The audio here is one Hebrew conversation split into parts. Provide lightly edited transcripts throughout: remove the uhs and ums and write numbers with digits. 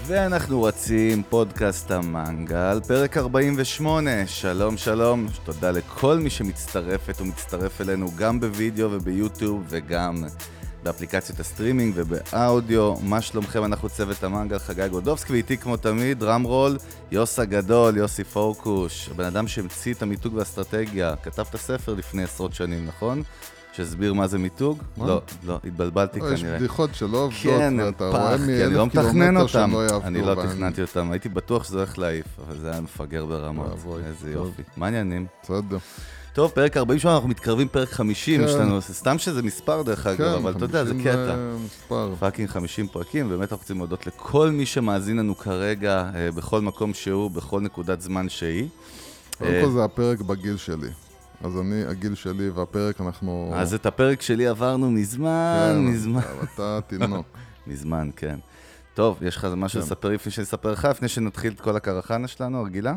ואנחנו רצים פודקאסט המנגל, פרק 48. שלום שלום, תודה לכל מי שמצטרפת ומצטרף אלינו גם בווידאו וביוטיוב וגם באפליקציות הסטרימינג ובאודיו. מה שלומכם? אנחנו צוות המנגל, חגי גודובסקי, ואיתי כמו תמיד, דראם רול, יוס הגדול, יוסי פורקוש, הבן אדם שהמציא את המיתוג והאסטרטגיה, כתב את הספר לפני עשרות שנים, נכון? שהסביר מה זה מיתוג? לא, התבלבלתי כנראה. יש בדיחות שלא עובדות, כן, ואתה רואה מאלף קילומטר שהם לא יעבדו. אני לא תכננתי אותם, הייתי בטוח שזה הולך להעיף, אבל זה היה מפגר ברמות. איזה יופי. מה העניינים? בסדר. טוב, פרק 40 שנה, אנחנו מתקרבים פרק 50, יש לנו, סתם שזה מספר דרך אגב, אבל אתה יודע, זה קטע. פאקינג 50 פרקים, באמת אנחנו רוצים להודות לכל מי שמאזין לנו כרגע, בכל מקום שהוא, בכל נקודת זמן שהיא. קודם כל זה הפרק בגיל שלי. אז אני, הגיל שלי והפרק אנחנו... אז את הפרק שלי עברנו מזמן. אתה תינוק. מזמן, כן. טוב, יש לך משהו לספר לפני שנספר לך, לפני שנתחיל את כל הקרחנה שלנו, הרגילה?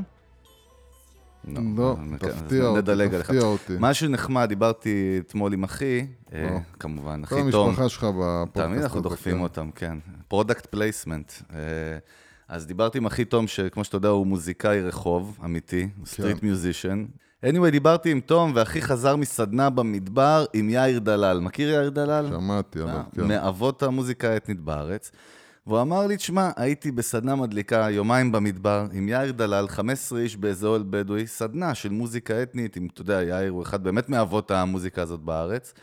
לא, תפתיע אותי. משהו נחמד, דיברתי אתמול עם אחי, כמובן, אחי תום. כל המשפחה שלך בפודקאסט. תמיד אנחנו דוחפים אותם, כן. פרודקט פלייסמנט. אז דיברתי עם אחי תום, שכמו שאתה יודע, הוא מוזיקאי רחוב, אמיתי, סטריט מיוזישן. anyway, דיברתי עם תום, ואחי חזר מסדנה במדבר עם יאיר דלל. מכיר יאיר דלל? שמעתי עליו, כן. מאבות המוזיקה האתנית בארץ. והוא אמר לי, תשמע, הייתי בסדנה מדליקה יומיים במדבר עם יאיר דלל, 15 איש באיזה אוהל בדואי, סדנה של מוזיקה אתנית, אם אתה יודע, יאיר הוא אחד באמת מאבות המוזיקה הזאת בארץ.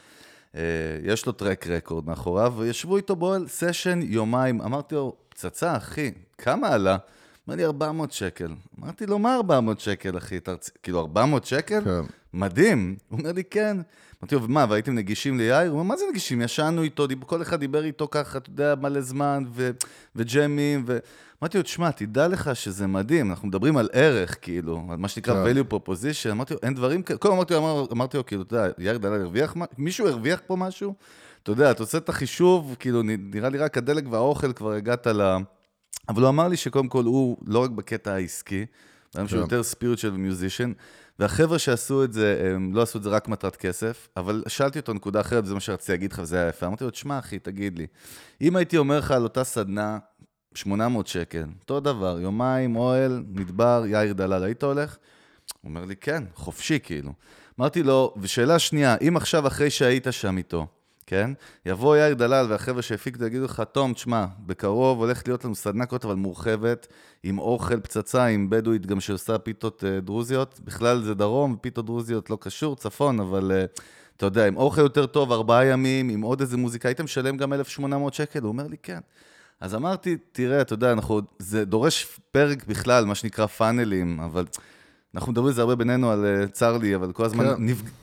יש לו טרק רקורד מאחוריו, וישבו איתו באוהל סשן יומיים. אמרתי לו, פצצה, אחי, כמה עלה? אמר לי 400 שקל. אמרתי לו, מה 400 שקל, אחי? כאילו 400 שקל? כן. מדהים. הוא אומר לי, כן. אמרתי לו, ומה, והייתם נגישים ליאיר? הוא אומר, מה זה נגישים? ישנו איתו, כל אחד דיבר איתו ככה, אתה יודע, מלא זמן, וג'מים, אמרתי לו, תשמע, תדע לך שזה מדהים, אנחנו מדברים על ערך, כאילו, על מה שנקרא value proposition, אמרתי לו, אין דברים כאלה, כל אמרתי לו, כאילו, אתה יודע, יאיר דלל הרוויח, מישהו הרוויח פה משהו? אתה יודע, אתה עושה את החישוב, כאילו, נראה לי רק הדלק והאוכל כבר הגעת אבל הוא אמר לי שקודם כל הוא לא רק בקטע העסקי, הוא יותר spiritual ומיוזישן, והחבר'ה שעשו את זה, הם לא עשו את זה רק מטרת כסף, אבל שאלתי אותו נקודה אחרת, וזה מה שרציתי להגיד לך, וזה היה יפה. אמרתי לו, תשמע אחי, תגיד לי, אם הייתי אומר לך על אותה סדנה, 800 שקל, אותו דבר, יומיים, אוהל, מדבר, יאיר דלל, היית הולך? הוא אומר לי, כן, חופשי כאילו. אמרתי לו, ושאלה שנייה, אם עכשיו אחרי שהיית שם איתו, כן? יבוא יאיר דלל והחבר'ה שהפיקו יגידו לך, תום, תשמע, בקרוב הולכת להיות לנו סדנה כזאת, אבל מורחבת, עם אוכל פצצה, עם בדואית גם שעושה פיתות דרוזיות, בכלל זה דרום, פיתות דרוזיות לא קשור, צפון, אבל אתה יודע, עם אוכל יותר טוב, 4 ימים, עם עוד איזה מוזיקה, הייתם משלם גם 1,800 שקל, הוא אומר לי, כן. אז אמרתי, תראה, אתה יודע, זה דורש פרק בכלל, מה שנקרא פאנלים, אבל אנחנו מדברים זה הרבה בינינו על צר לי, אבל כל הזמן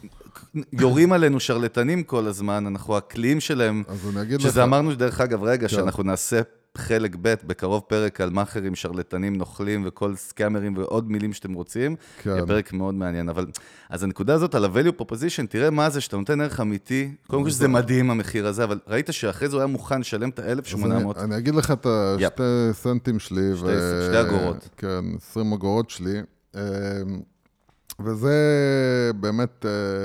יורים עלינו שרלטנים כל הזמן, אנחנו הכלים שלהם, שזה אמרנו דרך אגב, רגע, שאנחנו נעשה חלק ב' בקרוב פרק על מאחרים, שרלטנים, נוכלים וכל סקאמרים ועוד מילים שאתם רוצים, פרק מאוד מעניין, אבל אז הנקודה הזאת על ה-value proposition, תראה מה זה שאתה נותן ערך אמיתי, קודם כל שזה מדהים המחיר הזה, אבל ראית שאחרי זה הוא היה מוכן לשלם את ה-1,800. אני אגיד לך את השתי סנטים שלי, שתי אגורות. כן, 20 אגורות שלי, וזה באמת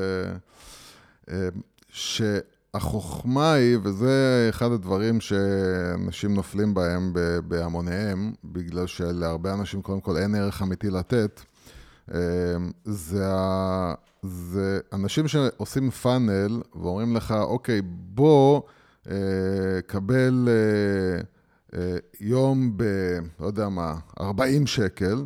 שהחוכמה היא, וזה אחד הדברים שאנשים נופלים בהם בהמוניהם, בגלל שלהרבה אנשים קודם כל אין ערך אמיתי לתת, זה אנשים שעושים פאנל ואומרים לך, אוקיי, בוא קבל יום לא יודע מה, 40 שקל,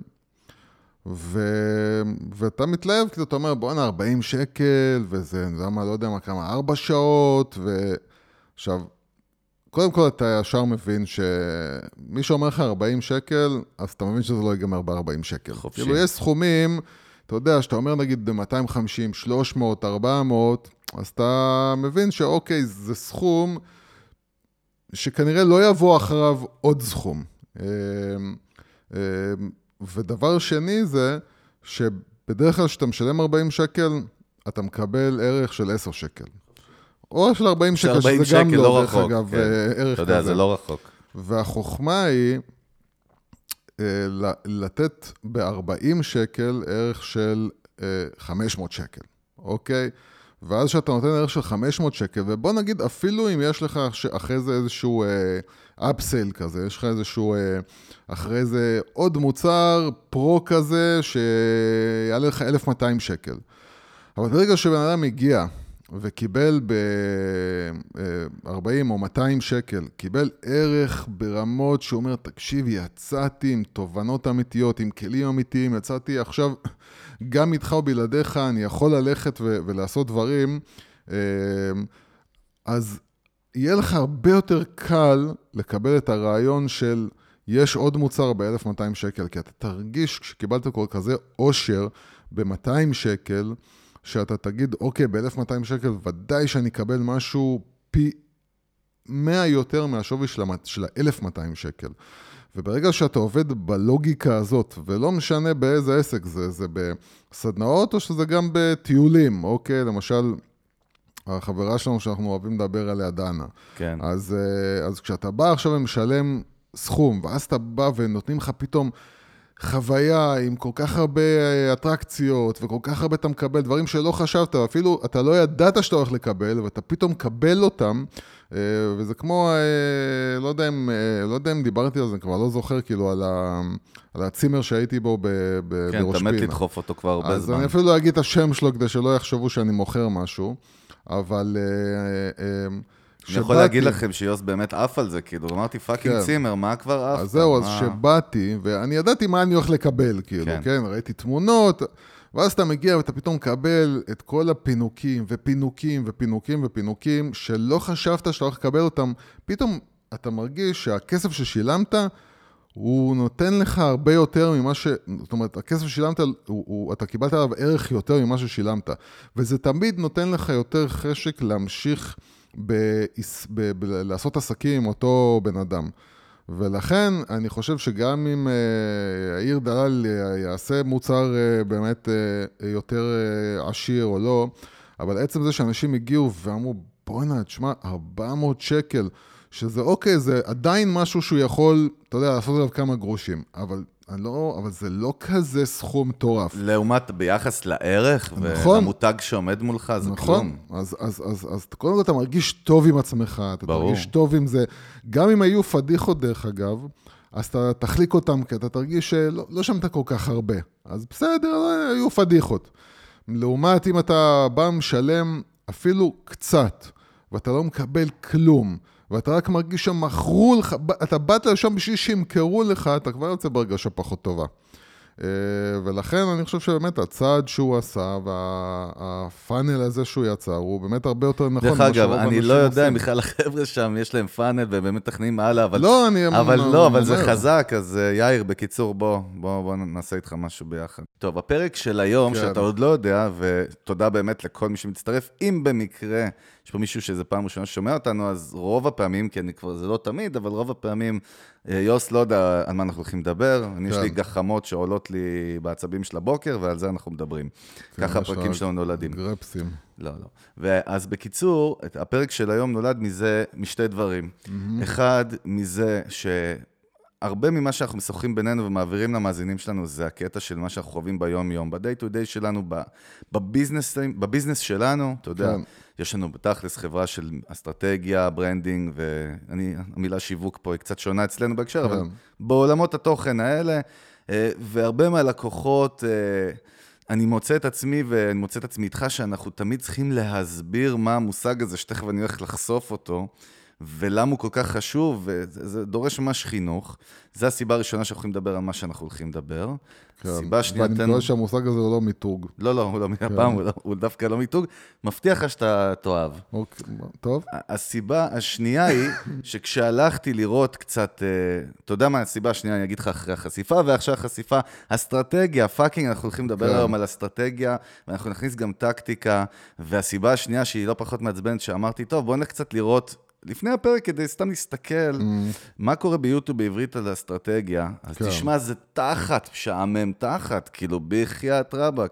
ואתה מתלהב, כי אתה אומר, בואנה, 40 שקל, וזה, לא יודע מה, כמה, 4 שעות, עכשיו, קודם כל אתה ישר מבין שמי שאומר לך 40 שקל, אז אתה מבין שזה לא ייגמר ב-40 שקל. חופשי. כאילו, יש סכומים, אתה יודע, שאתה אומר, נגיד, ב-250, 300, 400, אז אתה מבין שאוקיי, זה סכום שכנראה לא יבוא אחריו עוד סכום. ודבר שני זה, שבדרך כלל שאתה משלם 40 שקל, אתה מקבל ערך של 10 שקל. או של 40 שקל, שזה גם לא, דרך אגב, ערך כזה. אתה יודע, זה לא רחוק. והחוכמה היא לתת ב-40 שקל ערך של 500 שקל, אוקיי? ואז שאתה נותן ערך של 500 שקל, ובוא נגיד אפילו אם יש לך אחרי זה איזשהו אפסייל כזה, יש לך איזשהו אחרי זה עוד מוצר פרו כזה, שיעלה לך 1,200 שקל. אבל ברגע שבן אדם הגיע וקיבל ב-40 או 200 שקל, קיבל ערך ברמות שאומר, תקשיב, יצאתי עם תובנות אמיתיות, עם כלים אמיתיים, יצאתי עכשיו גם איתך או בלעדיך, אני יכול ללכת ולעשות דברים, אז יהיה לך הרבה יותר קל לקבל את הרעיון של יש עוד מוצר ב-1,200 שקל, כי אתה תרגיש כשקיבלת כל כזה עושר ב-200 שקל, שאתה תגיד, אוקיי, ב-1,200 שקל ודאי שאני אקבל משהו פי 100 יותר מהשווי של ה-1,200 שקל. וברגע שאתה עובד בלוגיקה הזאת, ולא משנה באיזה עסק זה בסדנאות או שזה גם בטיולים, אוקיי? למשל, החברה שלנו שאנחנו אוהבים לדבר עליה, דנה. כן. אז כשאתה בא עכשיו ומשלם סכום, ואז אתה בא ונותנים לך פתאום חוויה עם כל כך הרבה אטרקציות, וכל כך הרבה אתה מקבל, דברים שלא חשבת, אפילו אתה לא ידעת שאתה הולך לקבל, ואתה פתאום מקבל אותם, וזה כמו, לא יודע אם דיברתי על זה, כבר לא זוכר, כאילו, על הצימר שהייתי בו בראש פינה. כן, אתה מת לדחוף אותו כבר הרבה זמן. אז אני אפילו לא אגיד את השם שלו, כדי שלא יחשבו שאני מוכר משהו, אבל אני יכול להגיד לכם שיוס באמת עף על זה, כאילו, אמרתי פאקינג צימר, מה כבר עף? אז זהו, אז שבאתי, ואני ידעתי מה אני הולך לקבל, כאילו, כן, ראיתי תמונות, ואז אתה מגיע ואתה פתאום מקבל את כל הפינוקים, ופינוקים, ופינוקים, ופינוקים, שלא חשבת שאתה הולך לקבל אותם, פתאום אתה מרגיש שהכסף ששילמת, הוא נותן לך הרבה יותר ממה זאת אומרת, הכסף ששילמת, אתה קיבלת עליו ערך יותר ממה ששילמת, וזה תמיד נותן לך יותר חשק להמשיך לעשות עסקים עם אותו בן אדם. ולכן אני חושב שגם אם העיר דלל יעשה מוצר באמת יותר עשיר או לא, אבל עצם זה שאנשים הגיעו ואמרו, בוא'נה, תשמע, 400 שקל, שזה אוקיי, זה עדיין משהו שהוא יכול, אתה יודע, לעשות עליו כמה גרושים, אבל זה לא כזה סכום מטורף. לעומת ביחס לערך, נכון. והמותג שעומד מולך, זה נכון. כלום. אז קודם כל אתה מרגיש טוב עם עצמך, אתה תרגיש טוב עם זה. גם אם היו פדיחות דרך אגב, אז אתה תחליק אותם, כי אתה תרגיש שלא שמת כל כך הרבה. אז בסדר, היו פדיחות. לעומת אם אתה בא משלם אפילו קצת, ואתה לא מקבל כלום, ואתה רק מרגיש שמכרו לך, אתה באת לשם בשביל שימכרו לך, אתה כבר יוצא ברגשה פחות טובה. ולכן אני חושב שבאמת הצעד שהוא עשה, והפאנל הזה שהוא יצר, הוא באמת הרבה יותר נכון. דרך אגב, אני לא יודע אם בכלל החבר'ה שם יש להם פאנל, והם באמת תכננים הלאה, אבל זה חזק, אז יאיר, בקיצור, בוא נעשה איתך משהו ביחד. טוב, הפרק של היום, שאתה עוד לא יודע, ותודה באמת לכל מי שמצטרף, אם במקרה יש פה מישהו שזה פעם ראשונה ששומע אותנו, אז רוב הפעמים, כי זה לא תמיד, אבל רוב הפעמים, יוס לא יודע על מה אנחנו הולכים לדבר, יש לי גחמות שעולות לי בעצבים של הבוקר, ועל זה אנחנו מדברים. ככה הפרקים שלנו נולדים. גרפסים. לא. ואז בקיצור, הפרק של היום נולד משתי דברים. אחד, מזה שהרבה ממה שאנחנו משוחחים בינינו ומעבירים למאזינים שלנו, זה הקטע של מה שאנחנו חווים ביום-יום, ב-day to day שלנו, בביזנס שלנו, אתה יודע, יש לנו בתכלס חברה של אסטרטגיה, ברנדינג, והמילה שיווק פה היא קצת שונה אצלנו בהקשר, אבל בעולמות התוכן האלה, והרבה מהלקוחות, אני מוצא את עצמי ואני מוצא את עצמי איתך שאנחנו תמיד צריכים להסביר מה המושג הזה, שתכף אני הולך לחשוף אותו, ולמה הוא כל כך חשוב, וזה דורש ממש חינוך. זו הסיבה הראשונה שאנחנו יכולים לדבר על מה שאנחנו הולכים לדבר. הסיבה השנייה... ואני מקווה שהמושג הזה הוא לא מיתוג. לא, הוא לא הפעם, הוא דווקא לא מיתוג. מבטיח לך שאתה תאהב. טוב. הסיבה השנייה היא שכשהלכתי לראות קצת, אתה יודע מה הסיבה השנייה, אני אגיד לך אחרי החשיפה, ועכשיו החשיפה, אסטרטגיה, פאקינג, אנחנו הולכים לדבר היום על אסטרטגיה, ואנחנו נכניס גם טקטיקה, והסיבה השנייה שהיא לא פחות מעצבנת, שאמרתי, טוב, בוא נלך קצת לראות לפני הפרק, כדי סתם להסתכל מה קורה ביוטיוב בעברית על האסטרטגיה, אז תשמע, זה תחת, שעמם תחת, כאילו בחייאת רבק.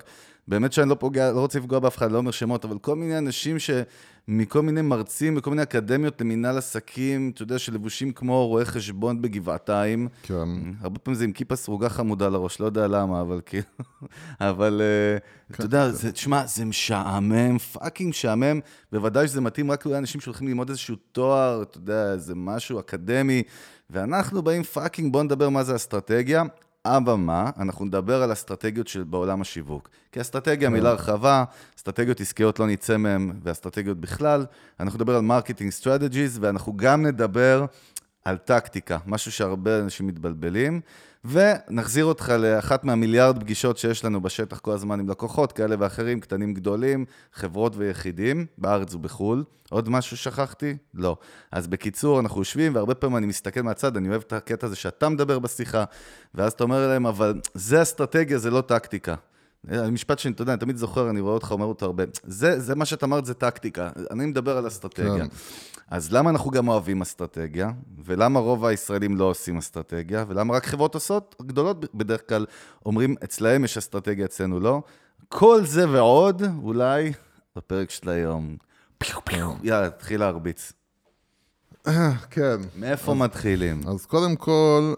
באמת שאני לא רוצה לפגוע באף אחד, לא אומר שמות, אבל כל מיני אנשים מכל מיני מרצים, וכל מיני אקדמיות למנהל עסקים, אתה יודע, שלבושים כמו רואה חשבון בגבעתיים. כן. הרבה פעמים זה עם כיפה סרוגה חמודה לראש, לא יודע למה, אבל כאילו... אבל, אתה יודע, תשמע, זה משעמם, פאקינג משעמם, בוודאי שזה מתאים רק לאנשים שהולכים ללמוד איזשהו תואר, אתה יודע, איזה משהו אקדמי, ואנחנו באים פאקינג, בואו נדבר מה זה אסטרטגיה. אבל מה? אנחנו נדבר על אסטרטגיות בעולם השיווק. כי אסטרטגיה, מילה רחבה, אסטרטגיות עסקיות לא נצא מהן, ואסטרטגיות בכלל. אנחנו נדבר על מרקטינג סטרטג'יז, ואנחנו גם נדבר על טקטיקה, משהו שהרבה אנשים מתבלבלים, ונחזיר אותך לאחת מהמיליארד פגישות שיש לנו בשטח כל הזמן עם לקוחות כאלה ואחרים, קטנים גדולים, חברות ויחידים, בארץ ובחול. עוד משהו שכחתי? לא. אז בקיצור, אנחנו יושבים, והרבה פעמים אני מסתכל מהצד, אני אוהב את הקטע הזה שאתה מדבר בשיחה, ואז אתה אומר להם, אבל זה אסטרטגיה, זה לא טקטיקה. המשפט שאני, אתה יודע, אני תמיד זוכר, אני רואה אותך, אומר אותו הרבה, זה מה שאת אמרת, זה טקטיקה. אני מדבר על אסטרטגיה. אז למה אנחנו גם אוהבים אסטרטגיה? ולמה רוב הישראלים לא עושים אסטרטגיה? ולמה רק חברות עושות? גדולות בדרך כלל אומרים, אצלהם יש אסטרטגיה, אצלנו לא. כל זה ועוד, אולי, בפרק של היום. יאללה, תתחיל להרביץ. כן. מאיפה מתחילים? אז קודם כל,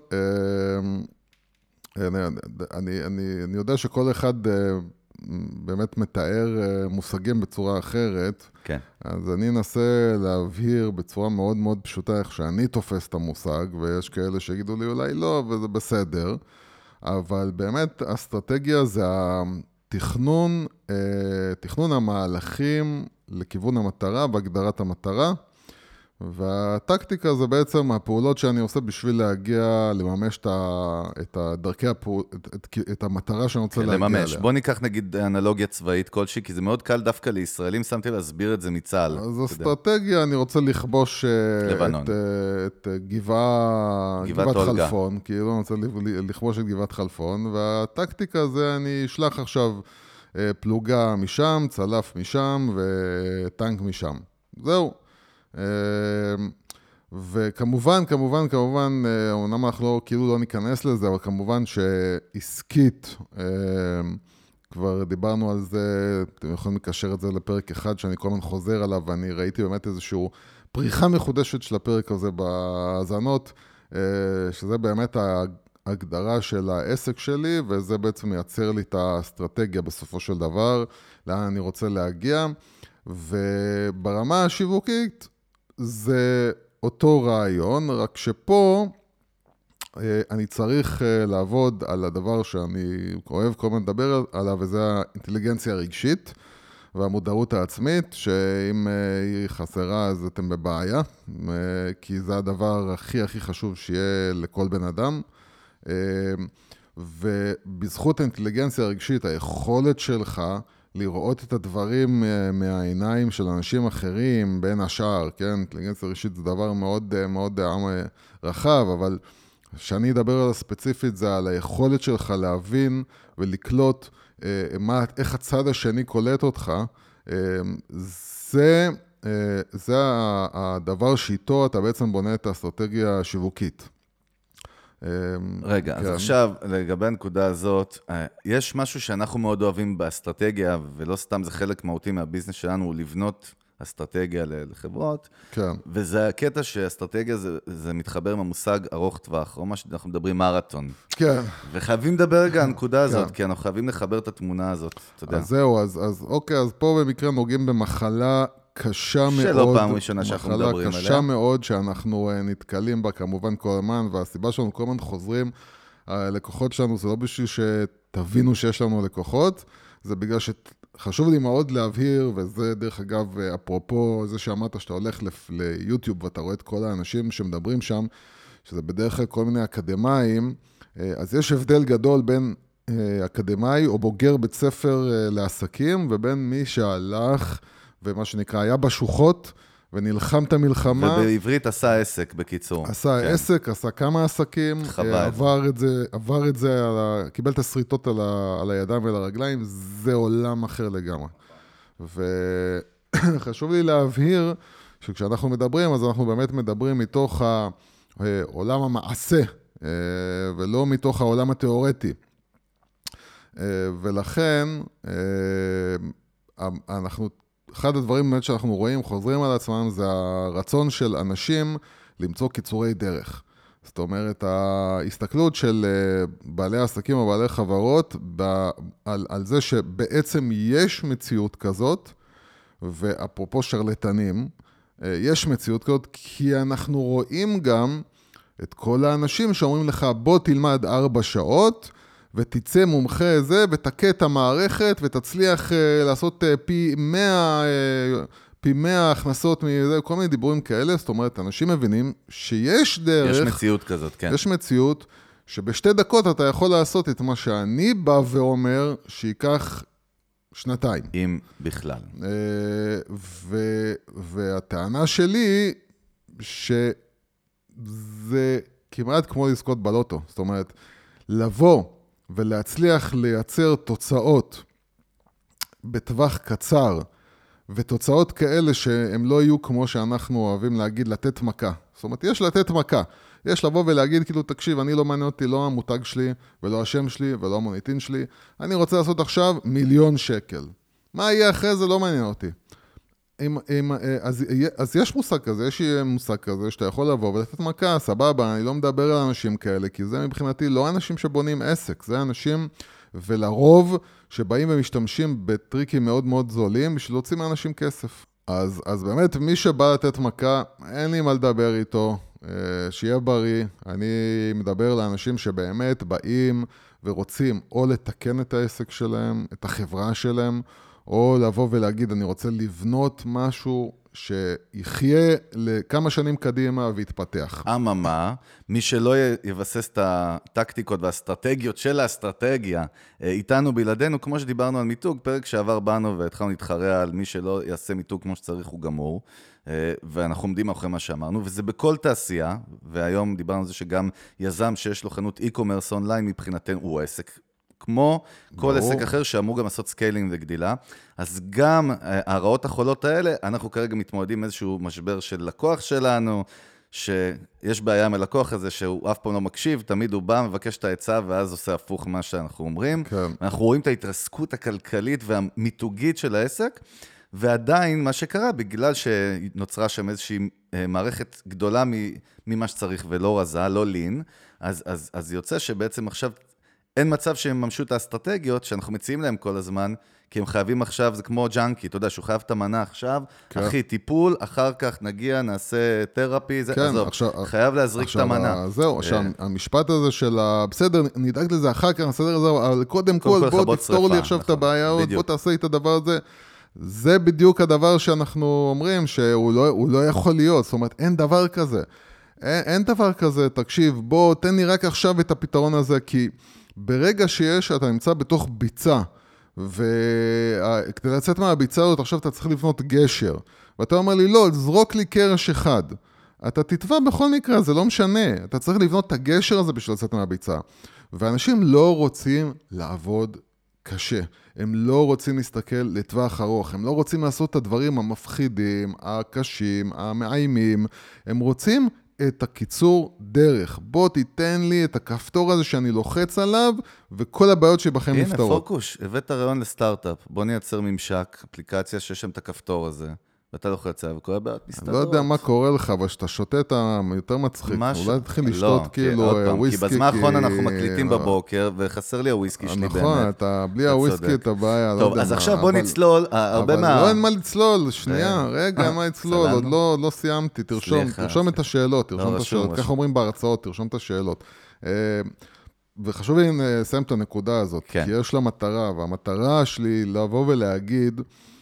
אני יודע שכל אחד באמת מתאר מושגים בצורה אחרת. כן. אז אני אנסה להבהיר בצורה מאוד מאוד פשוטה איך שאני תופס את המושג, ויש כאלה שיגידו לי אולי לא, וזה בסדר. אבל באמת אסטרטגיה זה התכנון, תכנון המהלכים לכיוון המטרה והגדרת המטרה. והטקטיקה זה בעצם הפעולות שאני עושה בשביל להגיע, לממש את דרכי את המטרה שאני רוצה להגיע לממש. אליה. בוא ניקח נגיד אנלוגיה צבאית כלשהי, כי זה מאוד קל דווקא לישראלים, שמתי להסביר את זה מצה"ל. אז אסטרטגיה, אני רוצה לכבוש את גבעת חלפון, כאילו אני רוצה לכבוש את גבעת חלפון, והטקטיקה זה אני אשלח עכשיו פלוגה משם, צלף משם וטנק משם. זהו. וכמובן, אומנם אנחנו כאילו לא ניכנס לזה, אבל כמובן שעסקית, כבר דיברנו על זה, אתם יכולים לקשר את זה לפרק אחד שאני כל הזמן חוזר עליו, ואני ראיתי באמת איזושהי פריחה מחודשת של הפרק הזה בהאזנות, שזה באמת ההגדרה של העסק שלי, וזה בעצם מייצר לי את האסטרטגיה בסופו של דבר, לאן אני רוצה להגיע, וברמה השיווקית, זה אותו רעיון, רק שפה אני צריך לעבוד על הדבר שאני אוהב כל הזמן לדבר עליו, וזה האינטליגנציה הרגשית והמודעות העצמית, שאם היא חסרה אז אתם בבעיה, כי זה הדבר הכי הכי חשוב שיהיה לכל בן אדם, ובזכות האינטליגנציה הרגשית, היכולת שלך לראות את הדברים מהעיניים של אנשים אחרים, בין השאר, כן? אינטליגנציה רגשית זה דבר מאוד מאוד רחב, אבל כשאני אדבר על הספציפית, זה על היכולת שלך להבין ולקלוט איך הצד השני קולט אותך. זה הדבר שאיתו אתה בעצם בונה את האסטרטגיה השיווקית. רגע, אז עכשיו, לגבי הנקודה הזאת, יש משהו שאנחנו מאוד אוהבים באסטרטגיה, ולא סתם זה חלק מהותי מהביזנס שלנו, הוא לבנות אסטרטגיה לחברות, וזה הקטע שאסטרטגיה זה מתחבר עם המושג ארוך טווח, או מה שאנחנו מדברים מרתון. כן. וחייבים לדבר רגע על הנקודה הזאת, כי אנחנו חייבים לחבר את התמונה הזאת, אתה יודע. אז זהו, אז אוקיי, אז פה במקרה נוגעים במחלה קשה מאוד, שלא פעם ראשונה שאנחנו מדברים עליה. מחלה קשה מאוד שאנחנו נתקלים בה כמובן כל הזמן, והסיבה שאנחנו כל הזמן חוזרים, הלקוחות שלנו זה לא בשביל שתבינו שיש לנו לקוחות, זה בגלל שחשוב לי מאוד להבהיר, וזה דרך אגב, אפרופו זה שאמרת שאתה הולך ליוטיוב ואתה רואה את כל האנשים שמדברים שם, שזה בדרך כלל כל מיני אקדמיים, אז יש הבדל גדול בין אקדמאי או בוגר בית ספר לעסקים, ובין מי שהלך ומה שנקרא, היה בשוחות, ונלחם את המלחמה. ובעברית עשה עסק, בקיצור. עשה עסק, עשה כמה עסקים, עבר את זה, קיבל את הסריטות על הידיים ועל הרגליים, זה עולם אחר לגמרי. וחשוב לי להבהיר, שכשאנחנו מדברים, אז אנחנו באמת מדברים מתוך העולם המעשה, ולא מתוך העולם התיאורטי. ולכן, אחד הדברים באמת שאנחנו רואים, חוזרים על עצמם, זה הרצון של אנשים למצוא קיצורי דרך. זאת אומרת, ההסתכלות של בעלי עסקים או בעלי חברות על זה שבעצם יש מציאות כזאת, ואפרופו שרלטנים, יש מציאות כזאת, כי אנחנו רואים גם את כל האנשים שאומרים לך, בוא תלמד 4 שעות, ותצא מומחה זה, ותקה את המערכת, ותצליח לעשות פי 100 הכנסות מזה, כל מיני דיבורים כאלה. זאת אומרת, אנשים מבינים שיש דרך. יש מציאות כזאת, כן. יש מציאות שבשתי דקות אתה יכול לעשות את מה שאני בא ואומר, שיקח 2. אם בכלל. והטענה שלי, שזה כמעט כמו לזכות בלוטו. זאת אומרת, לבוא ולהצליח לייצר תוצאות בטווח קצר, ותוצאות כאלה שהם לא יהיו כמו שאנחנו אוהבים להגיד, לתת מכה. זאת אומרת, יש לתת מכה. יש לבוא ולהגיד, כאילו, תקשיב, אני לא מעניין אותי, לא המותג שלי, ולא השם שלי, ולא המוניטין שלי. אני רוצה לעשות עכשיו 1,000,000 שקל. מה יהיה אחרי זה? לא מעניין אותי. אז יש מושג כזה, יש מושג כזה, שאתה יכול לבוא ולתת מכה, סבבה, אני לא מדבר על אנשים כאלה, כי זה מבחינתי לא אנשים שבונים עסק, זה אנשים, ולרוב, שבאים ומשתמשים בטריקים מאוד מאוד זולים, בשביל להוציא מאנשים כסף. אז באמת, מי שבא לתת מכה, אין לי מה לדבר איתו, שיהיה בריא. אני מדבר לאנשים שבאמת באים ורוצים או לתקן את העסק שלהם, את החברה שלהם, או לבוא ולהגיד, אני רוצה לבנות משהו שיחיה לכמה שנים קדימה ויתפתח. אממה, מי שלא יבסס את הטקטיקות והאסטרטגיות של האסטרטגיה איתנו בלעדינו, כמו שדיברנו על מיתוג, פרק שעבר באנו והתחלנו להתחרע על מי שלא יעשה מיתוג כמו שצריך הוא גמור, ואנחנו עומדים אחרי מה שאמרנו, וזה בכל תעשייה, והיום דיברנו על זה שגם יזם שיש לו חנות e-commerce אונליין מבחינתנו הוא עסק כמו כל עסק אחר שאמור גם לעשות סקיילינג וגדילה. אז גם הרעות החולות האלה, אנחנו כרגע מתמודדים איזשהו משבר של לקוח שלנו, שיש בעיה מלקוח הזה שהוא אף פעם לא מקשיב, תמיד הוא בא, מבקש את העצה, ואז עושה הפוך מה שאנחנו אומרים. כן. אנחנו רואים את ההתרסקות הכלכלית והמיתוגית של העסק, ועדיין מה שקרה, בגלל שנוצרה שם איזושהי מערכת גדולה ממה שצריך ולא רזה, לא לין, אז יוצא שבעצם עכשיו אין מצב שהם ממשו את האסטרטגיות שאנחנו מציעים להם כל הזמן, כי הם חייבים עכשיו, זה כמו ג'אנקי, אתה יודע, שהוא חייב את המנה עכשיו, כן. אחי, טיפול, אחר כך נגיע, נעשה תרפי, זה, כן, עזוב, חייב להזריק את המנה. זהו, המשפט הזה של בסדר, נדאג לזה אחר כך, בסדר, אבל קודם כל, בוא תפתור לי עכשיו את הבעיות, בוא תעשה את הדבר הזה. זה בדיוק הדבר שאנחנו אומרים, שהוא לא יכול להיות, זאת אומרת, אין דבר כזה. אין דבר כזה, תקשיב, בוא, תן לי רק עכשיו את הפתרון הזה, כי ברגע אתה נמצא בתוך ביצה, וכדי לצאת מהביצה הזאת, עכשיו אתה צריך לבנות גשר, ואתה אומר לי, לא, זרוק לי קרש אחד. אתה תתבע בכל מקרה, זה לא משנה. אתה צריך לבנות את הגשר הזה בשביל לצאת מהביצה. ואנשים לא רוצים לעבוד קשה. הם לא רוצים להסתכל לטווח ארוך. הם לא רוצים לעשות את הדברים המפחידים, הקשים, המאיימים. הם רוצים את הקיצור דרך. בוא תיתן לי את הכפתור הזה שאני לוחץ עליו, וכל הבעיות שבכם נפתרות. הנה, פוקוש, הבאת רעיון לסטארט-אפ. בוא נייצר ממשק, אפליקציה שיש שם את הכפתור הזה, ואתה לוחץ עליו, וכל הבעיות מסתדרות. לא יודע מה קורה לך, אבל שאתה שותה את יותר מצחיק. אולי תתחיל לשתות כאילו וויסקי. כי בזמן האחרון אנחנו מקליטים בבוקר, וחסר לי הוויסקי שלי באמת. נכון, בלי הוויסקי אתה בעיה. טוב, אז עכשיו בוא נצלול, הרבה מה... אבל לא אין מה לצלול, שנייה, רגע, אין מה לצלול, עוד לא סיימתי, תרשום את השאלות, ככה אומרים בהרצאות, תרשום את השאלות. וחשוב לי לסיים את הנקודה הזאת, כי יש לה מטרה, והמטרה שלי לבוא ולהגיד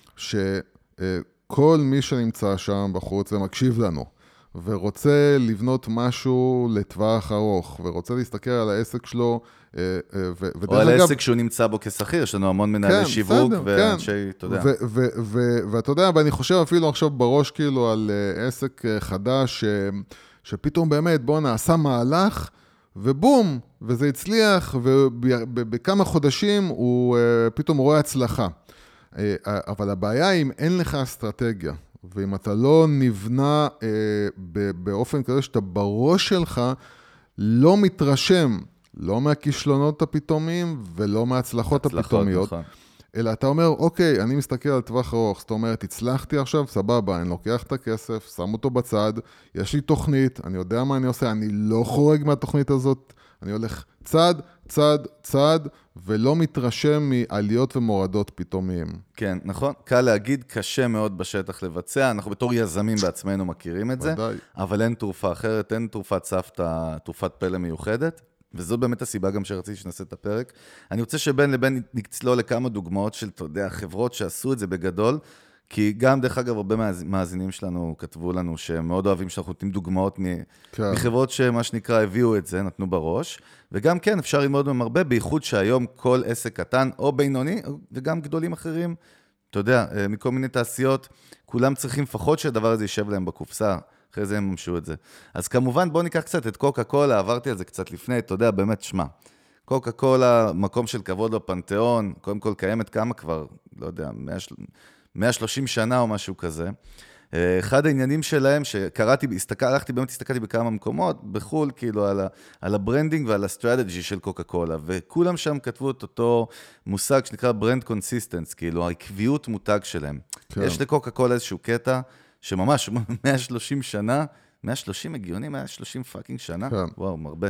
כל מי שנמצא שם בחוץ ומקשיב לנו, ורוצה לבנות משהו לטווח ארוך, ורוצה להסתכל על העסק שלו, או על העסק שהוא נמצא בו כשכיר, יש לנו המון מנהלי שיווק, ואנשי, אתה יודע. ואתה יודע, ואני חושב אפילו עכשיו בראש כאילו על עסק חדש, שפתאום באמת, בוא נעשה מהלך, ובום, וזה הצליח, ובכמה חודשים הוא פתאום רואה הצלחה. אבל הבעיה אם אין לך אסטרטגיה, ואם אתה לא נבנה באופן כזה שאתה בראש שלך לא מתרשם לא מהכישלונות הפתאומיים ולא מההצלחות הפתאומיות. נכון. אלא אתה אומר, אוקיי, אני מסתכל על טווח ארוך, זאת אומרת, הצלחתי עכשיו, סבבה, אני לוקח את הכסף, שם אותו בצד, יש לי תוכנית, אני יודע מה אני עושה, אני לא חורג מהתוכנית הזאת, אני הולך צד, צד, צד, ולא מתרשם מעליות ומורדות פתאומיים. כן, נכון. קל להגיד, קשה מאוד בשטח לבצע, אנחנו בתור יזמים בעצמנו מכירים את זה, ודאי. אבל אין תרופה אחרת, אין תרופת סבתא, תרופת פלא מיוחדת. וזאת באמת הסיבה גם שרציתי שנעשה את הפרק. אני רוצה שבין לבין נצלול לכמה דוגמאות של, אתה יודע, חברות שעשו את זה בגדול, כי גם, דרך אגב, הרבה מאזינים שלנו כתבו לנו שהם מאוד אוהבים שאנחנו נותנים דוגמאות מחברות שמה שנקרא הביאו את זה, נתנו בראש, וגם כן אפשר ללמוד מהם הרבה, בייחוד שהיום כל עסק קטן או בינוני, וגם גדולים אחרים, אתה יודע, מכל מיני תעשיות, כולם צריכים לפחות שהדבר הזה יישב להם בקופסה, אחרי זה הם ממשו את זה. אז כמובן, בוא ניקח קצת את קוקה קולה, עברתי על זה קצת לפני, אתה יודע, באמת, שמה. קוקה קולה, מקום של כבוד בפנתיאון, קודם כל קיימת כמה כבר, לא יודע, 130 שנה או משהו כזה. אחד העניינים שלהם, שקראתי, הסתכלתי בכמה מקומות, בחול, כאילו, על הברנדינג ועל הסטרטג'י של קוקה קולה, וכולם שם כתבו את אותו מושג שנקרא ברנד קונסיסטנס, כאילו, העקביות מותג שלהם. כן. יש לקוקה קולה איזשהו קטע, שממש 130 שנה, 130 הגיוני, 130 פאקינג שנה, כן. וואו, מרבה.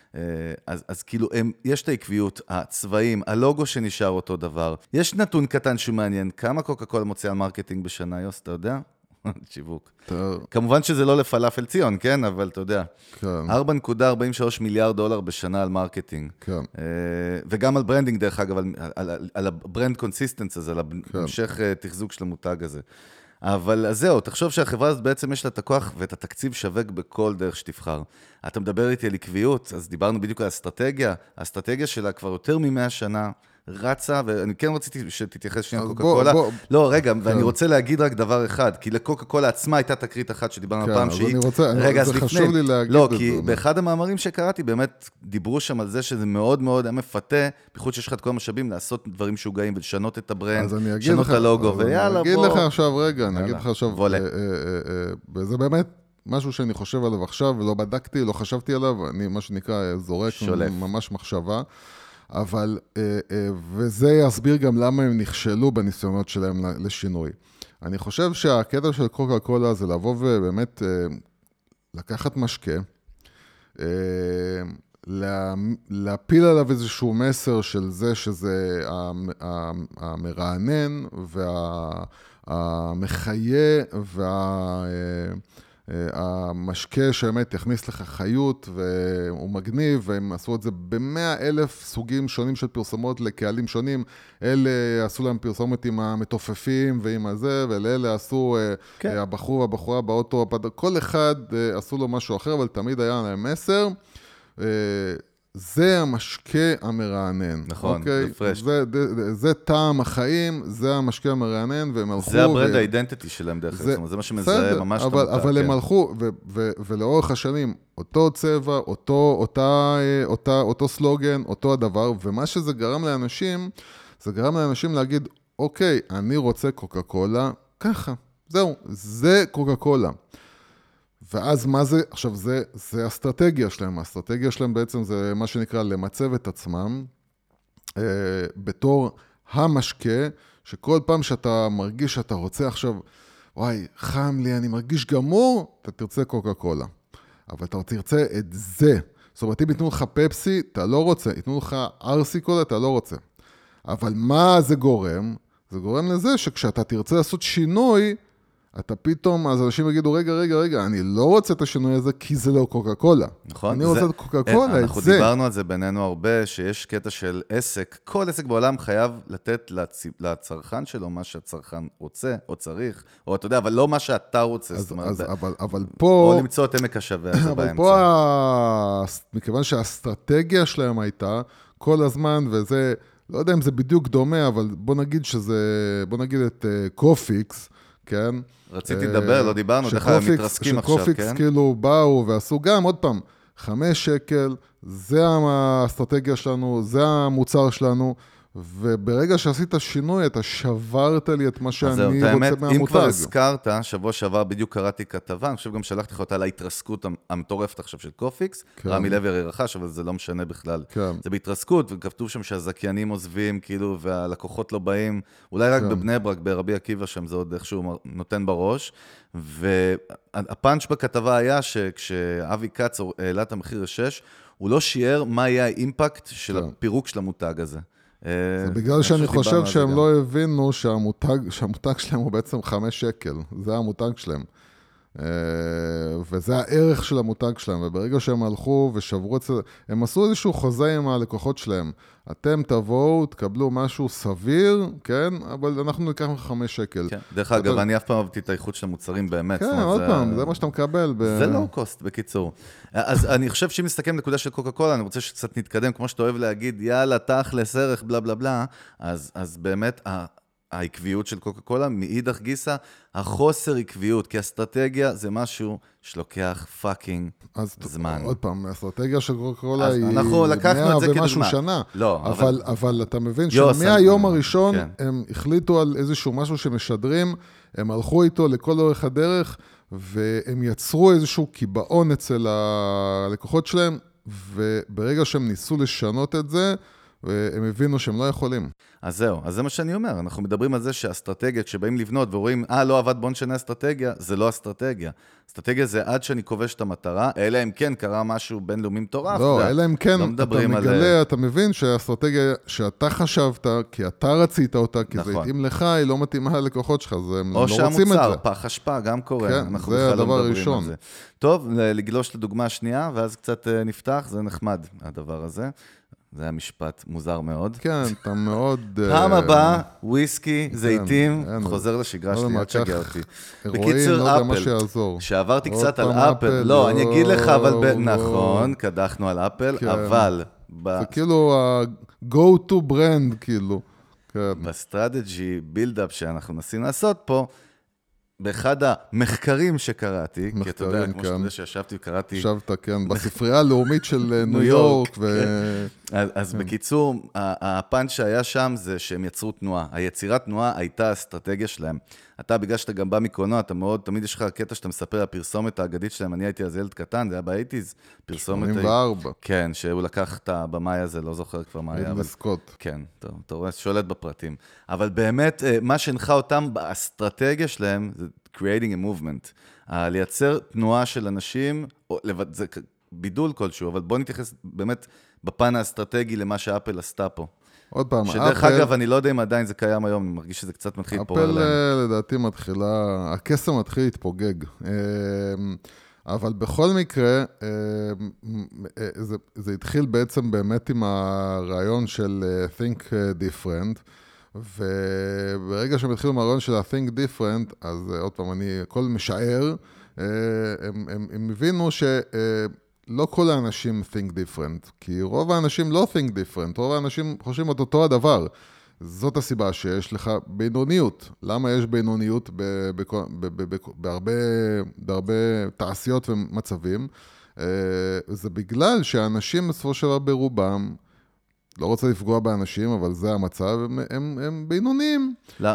אז כאילו, יש את העקביות, הצבעים, הלוגו שנשאר אותו דבר. יש נתון קטן שהוא מעניין, כמה קוקה קולה מוציאה על מרקטינג בשנה, יוס, אתה יודע? שיווק. כמובן שזה לא לפלאפל ציון, כן? אבל אתה יודע. כן. 4.43 מיליארד דולר בשנה על מרקטינג. כן. וגם על ברנדינג, דרך אגב, על הברנד קונסיסטנס הזה, על המשך תחזוק של המותג הזה. אבל אז זהו, תחשוב שהחברה הזאת בעצם יש לה את הכוח ואת התקציב שווק בכל דרך שתבחר. אתה מדבר איתי על עקביות, אז דיברנו בדיוק על האסטרטגיה. האסטרטגיה שלה כבר יותר מ-100 שנה רצה, ואני כן רציתי שתתייחס שנייה קוקה קולה. לא, רגע, ואני רוצה להגיד רק דבר אחד, כי לקוקה קולה עצמה הייתה תקרית אחת שדיברנו פעם שהיא... רגע, זה חשוב לי להגיד את זה. לא, כי באחד המאמרים שקראתי, באמת דיברו שם על זה שזה מאוד מאוד היה מפתה, בייחוד שיש לך את כל המשאבים, לעשות דברים שוגעים ולשנות את הברנד, לשנות את הלוגו, ויאללה, בוא. אני אגיד לך עכשיו, רגע, אני אגיד לך עכשיו, וזה באמת משהו שאני חושב עליו עכשיו, ולא בדקתי, לא חשבתי עליו, אני מה שנקרא זורק, ממש מחשבה. אבל, וזה יסביר גם למה הם נכשלו בניסיונות שלהם לשינוי. אני חושב שהקטע של קוקה קולה זה לבוא ובאמת לקחת משקה, להפיל עליו איזשהו מסר של זה שזה המרענן והמחיה המשקה שבאמת יכניס לך חיות והוא מגניב, והם עשו את זה ב100,000 סוגים שונים של פרסומות לקהלים שונים. אלה עשו להם פרסומת עם המתופפים ועם הזה, ולאלה עשו הבחור והבחורה באוטו, כל אחד עשו לו משהו אחר, אבל תמיד היה להם מסר. זה המשקה המרענן. נכון, אוקיי? זה פרש. זה טעם החיים, זה המשקה המרענן, והם הלכו... זה הברנד האידנטיטי שלהם דרך כלל, זה מה שמזהה ממש... אבל הם הלכו, ולאורך השנים, אותו צבע, אותו סלוגן, אותו הדבר, ומה שזה גרם לאנשים, זה גרם לאנשים להגיד, אוקיי, אני רוצה קוקה קולה, ככה, זהו, זה קוקה קולה. ואז מה זה? עכשיו, זה האסטרטגיה שלהם. האסטרטגיה שלהם בעצם זה מה שנקרא למצב את עצמם בתור המשקה, שכל פעם שאתה מרגיש שאתה רוצה עכשיו, וואי, חם לי, אני מרגיש גמור, אתה תרצה קוקה קולה. אבל אתה תרצה את זה. זאת אומרת, אם יתנו לך פפסי, אתה לא רוצה. יתנו לך ארסי קולה, אתה לא רוצה. אבל מה זה גורם? זה גורם לזה שכשאתה תרצה לעשות שינוי, אתה פתאום, אז אנשים יגידו, רגע, אני לא רוצה את השינוי הזה, כי זה לא קוקה קולה. נכון. אני רוצה את קוקה קולה, את זה. אנחנו דיברנו על זה בינינו הרבה, שיש קטע של עסק, כל עסק בעולם חייב לתת לצרכן שלו מה שהצרכן רוצה, או צריך, או אתה יודע, אבל לא מה שאתה רוצה. אבל פה... או למצוא את עמק השווה הזה באמצע. אבל פה, מכיוון שהאסטרטגיה שלהם הייתה, כל הזמן, וזה, לא יודע אם זה בדיוק דומה, אבל בוא נגיד את קופיקס, כן? רציתי לדבר, לא דיברנו, דרך כלל מתרסקים עכשיו, כן? שקופיקס כאילו באו ועשו גם, עוד פעם, 5 שקל, זה האסטרטגיה שלנו, זה המוצר שלנו, וברגע שעשית שינוי, אתה שברת לי את מה שאני רוצה מהמותג. אם כבר הזכרת, שבוע שעבר בדיוק קראתי כתבה, אני חושב גם שלחתי לך אותה על ההתרסקות המטורפת עכשיו של קופיקס, רמי לוי הרי רכש, אבל זה לא משנה בכלל. זה בהתרסקות, וכתוב שם שהזכיינים עוזבים, כאילו, והלקוחות לא באים, אולי רק בבני ברק, ברבי עקיבא שם, זה עוד איכשהו נותן בראש, והפאנץ' בכתבה היה שכשאבי קץ העלה את המחיר ל-6, הוא לא שיער מה יהיה האימפקט של הפירוק של המותג הזה. זה בגלל שאני חושב שהם לא הבינו שהמותג שלהם הוא בעצם 5 שקל, זה המותג שלהם. וזה הערך של המותג שלהם, וברגע שהם הלכו ושברו את זה, הם עשו איזשהו חוזה עם הלקוחות שלהם. אתם תבואו, תקבלו משהו סביר, כן? אבל אנחנו ניקח 5 שקל. כן. דרך אגב, אני אף פעם אהבתי את האיכות של המוצרים באמת. כן, עוד פעם, זה מה שאתה מקבל. זה לא קוסט, בקיצור. אז אני חושב שאם נסתכל נקודה של קוקה קולה, אני רוצה שקצת נתקדם, כמו שאתה אוהב להגיד, יאללה, תכלס, ערך, בלה בלה בלה, אז באמת, העקביות של קוקה קולה, מאידך גיסה, החוסר עקביות, כי אסטרטגיה זה משהו שלוקח פאקינג זמן. עוד פעם, האסטרטגיה של קוקה קולה היא 100 ומשהו שנה. לא, אבל אתה מבין שמהיום הראשון הם החליטו על איזשהו משהו שמשדרים, הם הלכו איתו לכל אורך הדרך, והם יצרו איזשהו קיבעון אצל הלקוחות שלהם, וברגע שהם ניסו לשנות את זה, והם הבינו שהם לא יכולים. אז זהו, אז זה מה שאני אומר, אנחנו מדברים על זה שהאסטרטגיות שבאים לבנות ורואים, לא עבד, בוא נשנה אסטרטגיה, זה לא אסטרטגיה. אסטרטגיה זה עד שאני כובש את המטרה, אלא אם כן קרה משהו בינלאומי מטורף. לא, אלא אם כן, אתה מגלה, אתה מבין שהאסטרטגיה שאתה חשבת, כי אתה רצית אותה, כי זה התאים לך, היא לא מתאימה ללקוחות שלך, הם לא רוצים את זה. או שהמוצר, פח אשפה, גם קורה. כן, זה הדבר הראשון. טוב, לגלוש לדוגמה השנייה, ואז קצת נפתח, זה נחמד, הדבר הזה. זה היה משפט מוזר מאוד. כן, אתה מאוד... פעם הבאה, וויסקי, זיתים, חוזר לשגרה שלי, אל תשגע אותי. בקיצור, אפל, שעברתי קצת על אפל, לא, אני אגיד לך, אבל נכון, קדחנו על אפל, אבל... זה כאילו ה-go to brand, כאילו. בסטרטג'י בילדאפ שאנחנו נסים לעשות פה, באחד המחקרים שקראתי, כי אתה יודע, כמו שאתה יודע שישבתי וקראתי... ישבת, כן, בספרייה הלאומית של ניו יורק. אז בקיצור, הפאנץ' שהיה שם זה שהם יצרו תנועה. היצירת תנועה הייתה האסטרטגיה שלהם. אתה, בגלל שאתה גם בא מקולנוע, אתה מאוד, תמיד יש לך קטע שאתה מספר הפרסומת האגדית שלהם, אני הייתי אז ילד קטן, זה היה באייטיז, פרסומת... 84. כן, שהוא לקח את הבמאי הזה, לא זוכר כבר מה היה. סקוט. כן, טוב, אתה רואה, שולט בפרטים. אבל באמת, מה שהנחה אותם באסטרטגיה שלהם, זה creating a movement. לייצר תנועה של אנשים, זה בידול כלשהו, אבל בוא נתייחס באמת בפן האסטרטגי למה שאפל עשתה פה. עוד פעם, שדרך אגב, אני לא יודע אם עדיין זה קיים היום, אני מרגיש שזה קצת מתחיל להתפורר להם. אפל לדעתי מתחילה, הקסם מתחיל להתפוגג. אבל בכל מקרה, זה התחיל בעצם באמת עם הרעיון של Think Different, וברגע שהם התחילו עם הרעיון של ה-Think Different, אז עוד פעם, אני הכל משער, הם הבינו לא כל האנשים think different, כי רוב האנשים לא think different, רוב האנשים חושבים את אותו הדבר. זאת הסיבה שיש לך בינוניות. למה יש בינוניות בהרבה תעשיות ומצבים? זה בגלל שהאנשים בסופו של דבר ברובם, לא רוצה לפגוע באנשים, אבל זה המצב, הם בינוניים.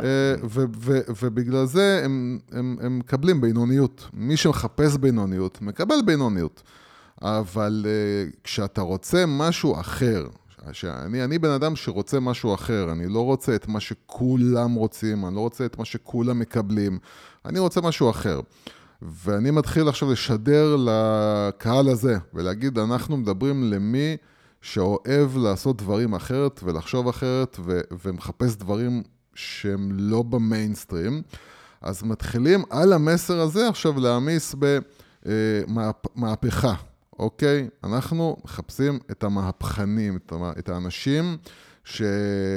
ובגלל זה הם מקבלים בינוניות. מי שמחפש בינוניות, מקבל בינוניות. אבל כשאתה רוצה משהו אחר, אני בן אדם שרוצה משהו אחר, אני לא רוצה את מה שכולם רוצים, אני לא רוצה את מה שכולם מקבלים, אני רוצה משהו אחר. ואני מתחיל עכשיו לשדר לקהל הזה, ולהגיד, אנחנו מדברים למי שאוהב לעשות דברים אחרת, ולחשוב אחרת, ומחפש דברים שהם לא במיינסטרים. אז מתחילים על המסר הזה עכשיו להעמיס במהפכה. אוקיי? אנחנו מחפשים את המהפכנים, את האנשים שלא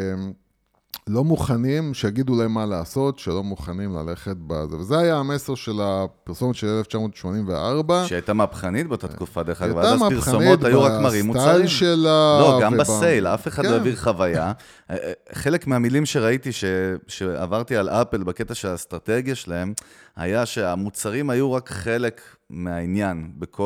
מוכנים, שיגידו להם מה לעשות, שלא מוכנים ללכת בזה. וזה היה המסר של הפרסומת של 1984. שהייתה מהפכנית באותה תקופה, דרך אגב, אז פרסומות היו רק מראים מוצרים. בסטייל שלה. לא, גם בסייל, אף אחד לא העביר חוויה. חלק מהמילים שראיתי שעברתי על אפל בקטע של האסטרטגיה שלהם, היה שהמוצרים היו רק חלק מהעניין בכל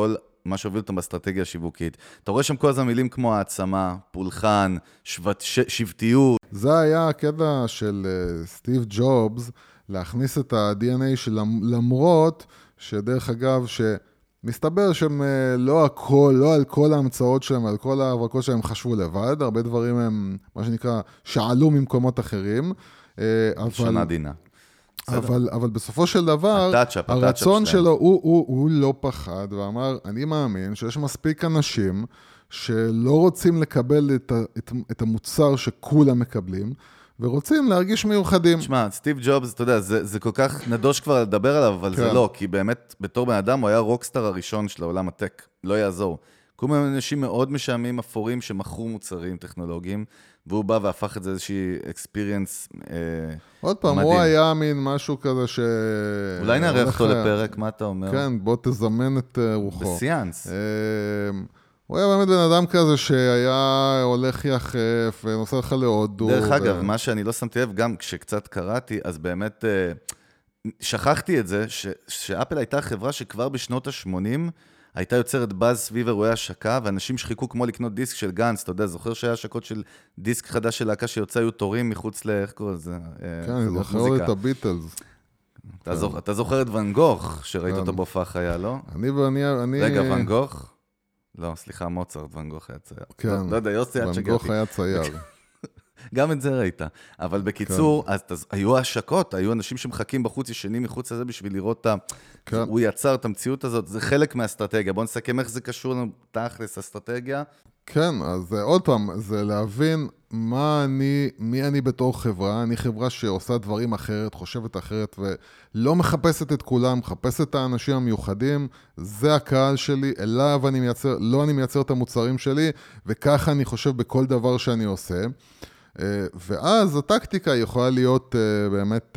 מה שהוביל אותם באסטרטגיה השיווקית. אתה רואה שם כל הזמן מילים כמו העצמה, פולחן, שבטיות. זה היה הקטע של סטיב ג'ובס, להכניס את ה-DNA של למרות שדרך אגב, מסתבר שהם לא על כל ההמצאות שלהם, על כל ההברקות שלהם חשבו לבד, הרבה דברים הם, מה שנקרא, שעלו ממקומות אחרים. שנה דינה. אבל בסופו של דבר, הרצון שלו, הוא לא פחד, ואמר, אני מאמין שיש מספיק אנשים שלא רוצים לקבל את המוצר שכולם מקבלים, ורוצים להרגיש מיוחדים. תשמע, סטיב ג'ובס, אתה יודע, זה כל כך נדוש כבר לדבר עליו, אבל זה לא, כי באמת, בתור בן אדם, הוא היה רוקסטאר הראשון של העולם הטק, לא יעזור. כל מיני אנשים מאוד משעמים אפורים שמכרו מוצרים טכנולוגיים, והוא בא והפך את זה איזושהי experience מדהים. עוד פעם, הוא היה מין משהו כזה ש... אולי נערך אותו לפרק, מה אתה אומר? כן, בוא תזמן את רוחו. בסיאנס. הוא היה באמת בן אדם כזה שהיה הולך יחף ונוסע לך להודו. דרך אגב, מה שאני לא שמתי לב, גם כשקצת קראתי, אז באמת שכחתי את זה, שאפל הייתה חברה שכבר בשנות ה-80, הייתה יוצרת באז סביב אירועי השקה, ואנשים שחיכו כמו לקנות דיסק של גנץ, אתה יודע, זוכר שהיה השקות של דיסק חדש של להקה שיוצא, היו תורים מחוץ איך קוראים לזה? כן, אני זוכר את הביטלס. אתה זוכר את ון גוך, שראית אותו בהופעה חיה, לא? רגע, ון גוך? לא, סליחה, מוצרט, ון גוך היה צייר. כן, לא יודע, יוסי עד שגעתי. ון גוך היה צייר. גם את זה ראית. אבל בקיצור, אז היו השקות, היו אנשים שמחכים בחוץ, ישנים מחוץ לזה בשביל לראות הוא יצר את המציאות הזאת, זה חלק מהאסטרטגיה. בואו נסכם איך זה קשור לנו תכלס אסטרטגיה. כן, אז עוד פעם, זה להבין מי אני בתור חברה. אני חברה שעושה דברים אחרת, חושבת אחרת, ולא מחפשת את כולם, מחפשת את האנשים המיוחדים. זה הקהל שלי, אליו אני מייצר את המוצרים שלי, וככה אני חושב בכל דבר שאני עושה. ואז הטקטיקה יכולה להיות באמת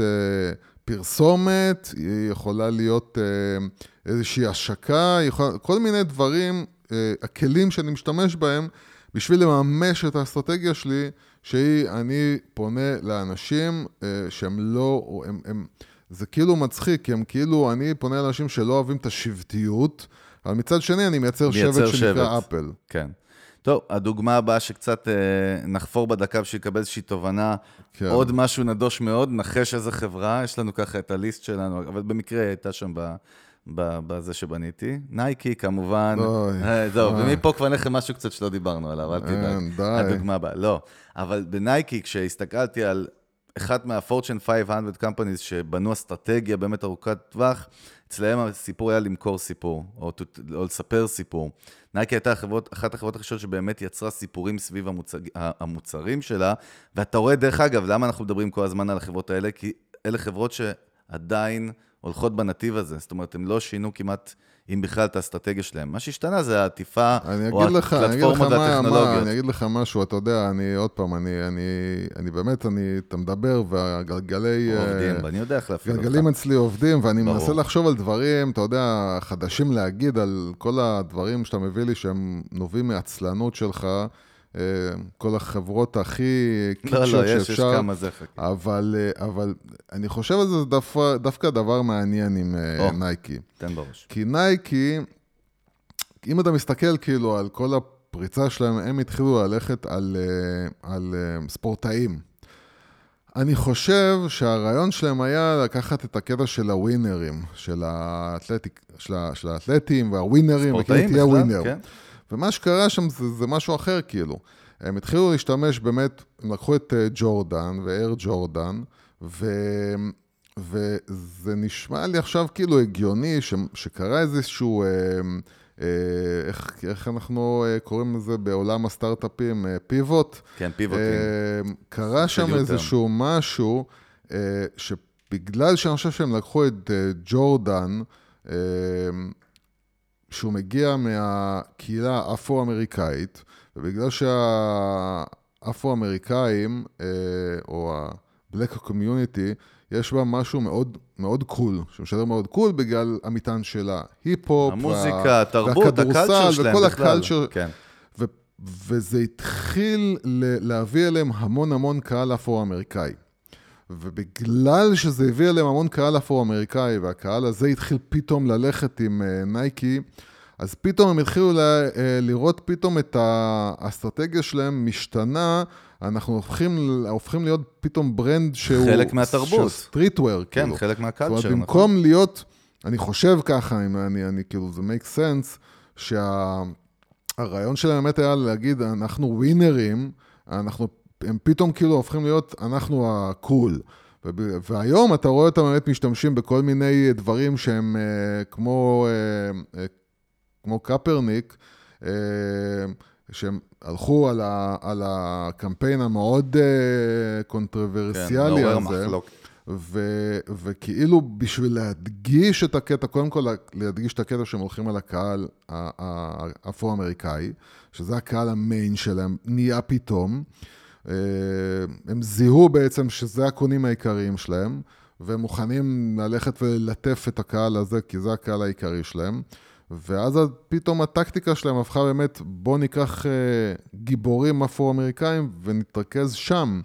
פרסומת, היא יכולה להיות איזושהי השקה, כל מיני דברים, הכלים שאני משתמש בהם, בשביל לממש את האסטרטגיה שלי, אני פונה לאנשים שהם לא, זה כאילו מצחיק, כי אני פונה לאנשים שלא אוהבים את השבטיות, אבל מצד שני אני מייצר שבט שנקרא אפל. כן. טוב, הדוגמה הבאה שקצת נחפור בדקה שיקבל איזושהי תובנה, כן. עוד משהו נדוש מאוד, נחש איזה חברה, יש לנו ככה את הליסט שלנו, אבל במקרה הייתה שם בזה שבניתי. נייקי כמובן, זהו, ומפה כבר נכם משהו קצת שלא דיברנו עליו, אל תדאג, הדוגמה הבאה, לא, אבל בנייקי כשהסתכלתי על אחת מה-Fortune 500 companies שבנו אסטרטגיה באמת ארוכת טווח, אצלהם הסיפור היה למכור סיפור, או לספר סיפור. נייקי הייתה אחת החברות הראשונות שבאמת יצרה סיפורים סביב המוצרים שלה, ואתה רואה דרך אגב, למה אנחנו מדברים כל הזמן על החברות האלה? כי אלה חברות שעדיין הולכות בנתיב הזה, זאת אומרת, הם לא שינו כמעט, אם בכלל, את האסטרטגיה שלהם. מה שהשתנה זה העטיפה, או הפלטפורמות הטכנולוגיות. אני אגיד לך משהו, אתה יודע, עוד פעם, אתה מדבר, והגלגלי... עובדים, ואני יודע איך להפעיל אותך. גלגלים אצלי עובדים, ואני מנסה לחשוב על דברים, אתה יודע, חדשים להגיד על כל הדברים שאתה מביא לי, שהם נובעים מעצלנות שלך, כל החברות הכי קיצ'ות שאפשר. יש כמה זה חכה. אבל אני חושב על זה דווקא דבר מעניין עם נייקי. תן בראש. כי נייקי, אם אתה מסתכל כאילו על כל הפריצה שלהם, הם התחילו ללכת על ספורטאים. אני חושב שהרעיון שלהם היה לקחת את הקטע של הווינרים, של האתלטים והווינרים, ספורטאים בכלל, כן. ומה שקרה שם זה משהו אחר כאילו. הם התחילו להשתמש באמת, הם לקחו את ג'ורדן ואיר ג'ורדן, וזה נשמע לי עכשיו כאילו הגיוני שקרה איזשהו, איך אנחנו קוראים לזה בעולם הסטארט-אפים, פיבוט. כן, פיבוטים. קרה שם איזשהו משהו, שבגלל שאני חושב שהם לקחו את ג'ורדן, שהוא מגיע מהקהילה האפרו-אמריקאית, ובגלל שהאפרו-אמריקאים, או ה-Black Community, יש בה משהו מאוד, מאוד קול, שמשדר מאוד קול בגלל המטען שלה. היפ-הופ, המוזיקה, התרבות, הקלצ'ר שלהם וכל בכלל. הקלצ'ר. כן. וזה התחיל להביא אליהם המון המון קהל אפרו-אמריקאי. ובגלל שזה הביא אליהם המון קהל אפרו-אמריקאי, והקהל הזה התחיל פתאום ללכת עם נייקי, אז פתאום הם התחילו לראות פתאום את האסטרטגיה שלהם משתנה, אנחנו הופכים להיות פתאום ברנד שהוא... חלק מהתרבות. סטריטוור, כן, כאילו. חלק מהקלצ'ר. זאת אומרת, במקום להיות, אני חושב ככה, אני כאילו, זה make sense, שהרעיון שלהם באמת היה להגיד, אנחנו ווינרים, הם פתאום כאילו הופכים להיות, אנחנו הקול. והיום אתה רואה אותם באמת משתמשים בכל מיני דברים שהם כמו קפרניק, שהם הלכו על הקמפיין המאוד קונטרוברסיאלי הזה, וכאילו בשביל להדגיש את הקטע, קודם כל להדגיש את הקטע שהם הולכים על הקהל האפרו-אמריקאי, שזה הקהל המיין שלהם, נהיה פתאום, הם זיהו בעצם שזה הקונים העיקריים שלהם, והם מוכנים ללכת ולטף את הקהל הזה, כי זה הקהל העיקרי שלהם, ואז פתאום הטקטיקה שלהם הפכה באמת, בוא ניקח גיבורים אפרו-אמריקאים ונתרכז שם.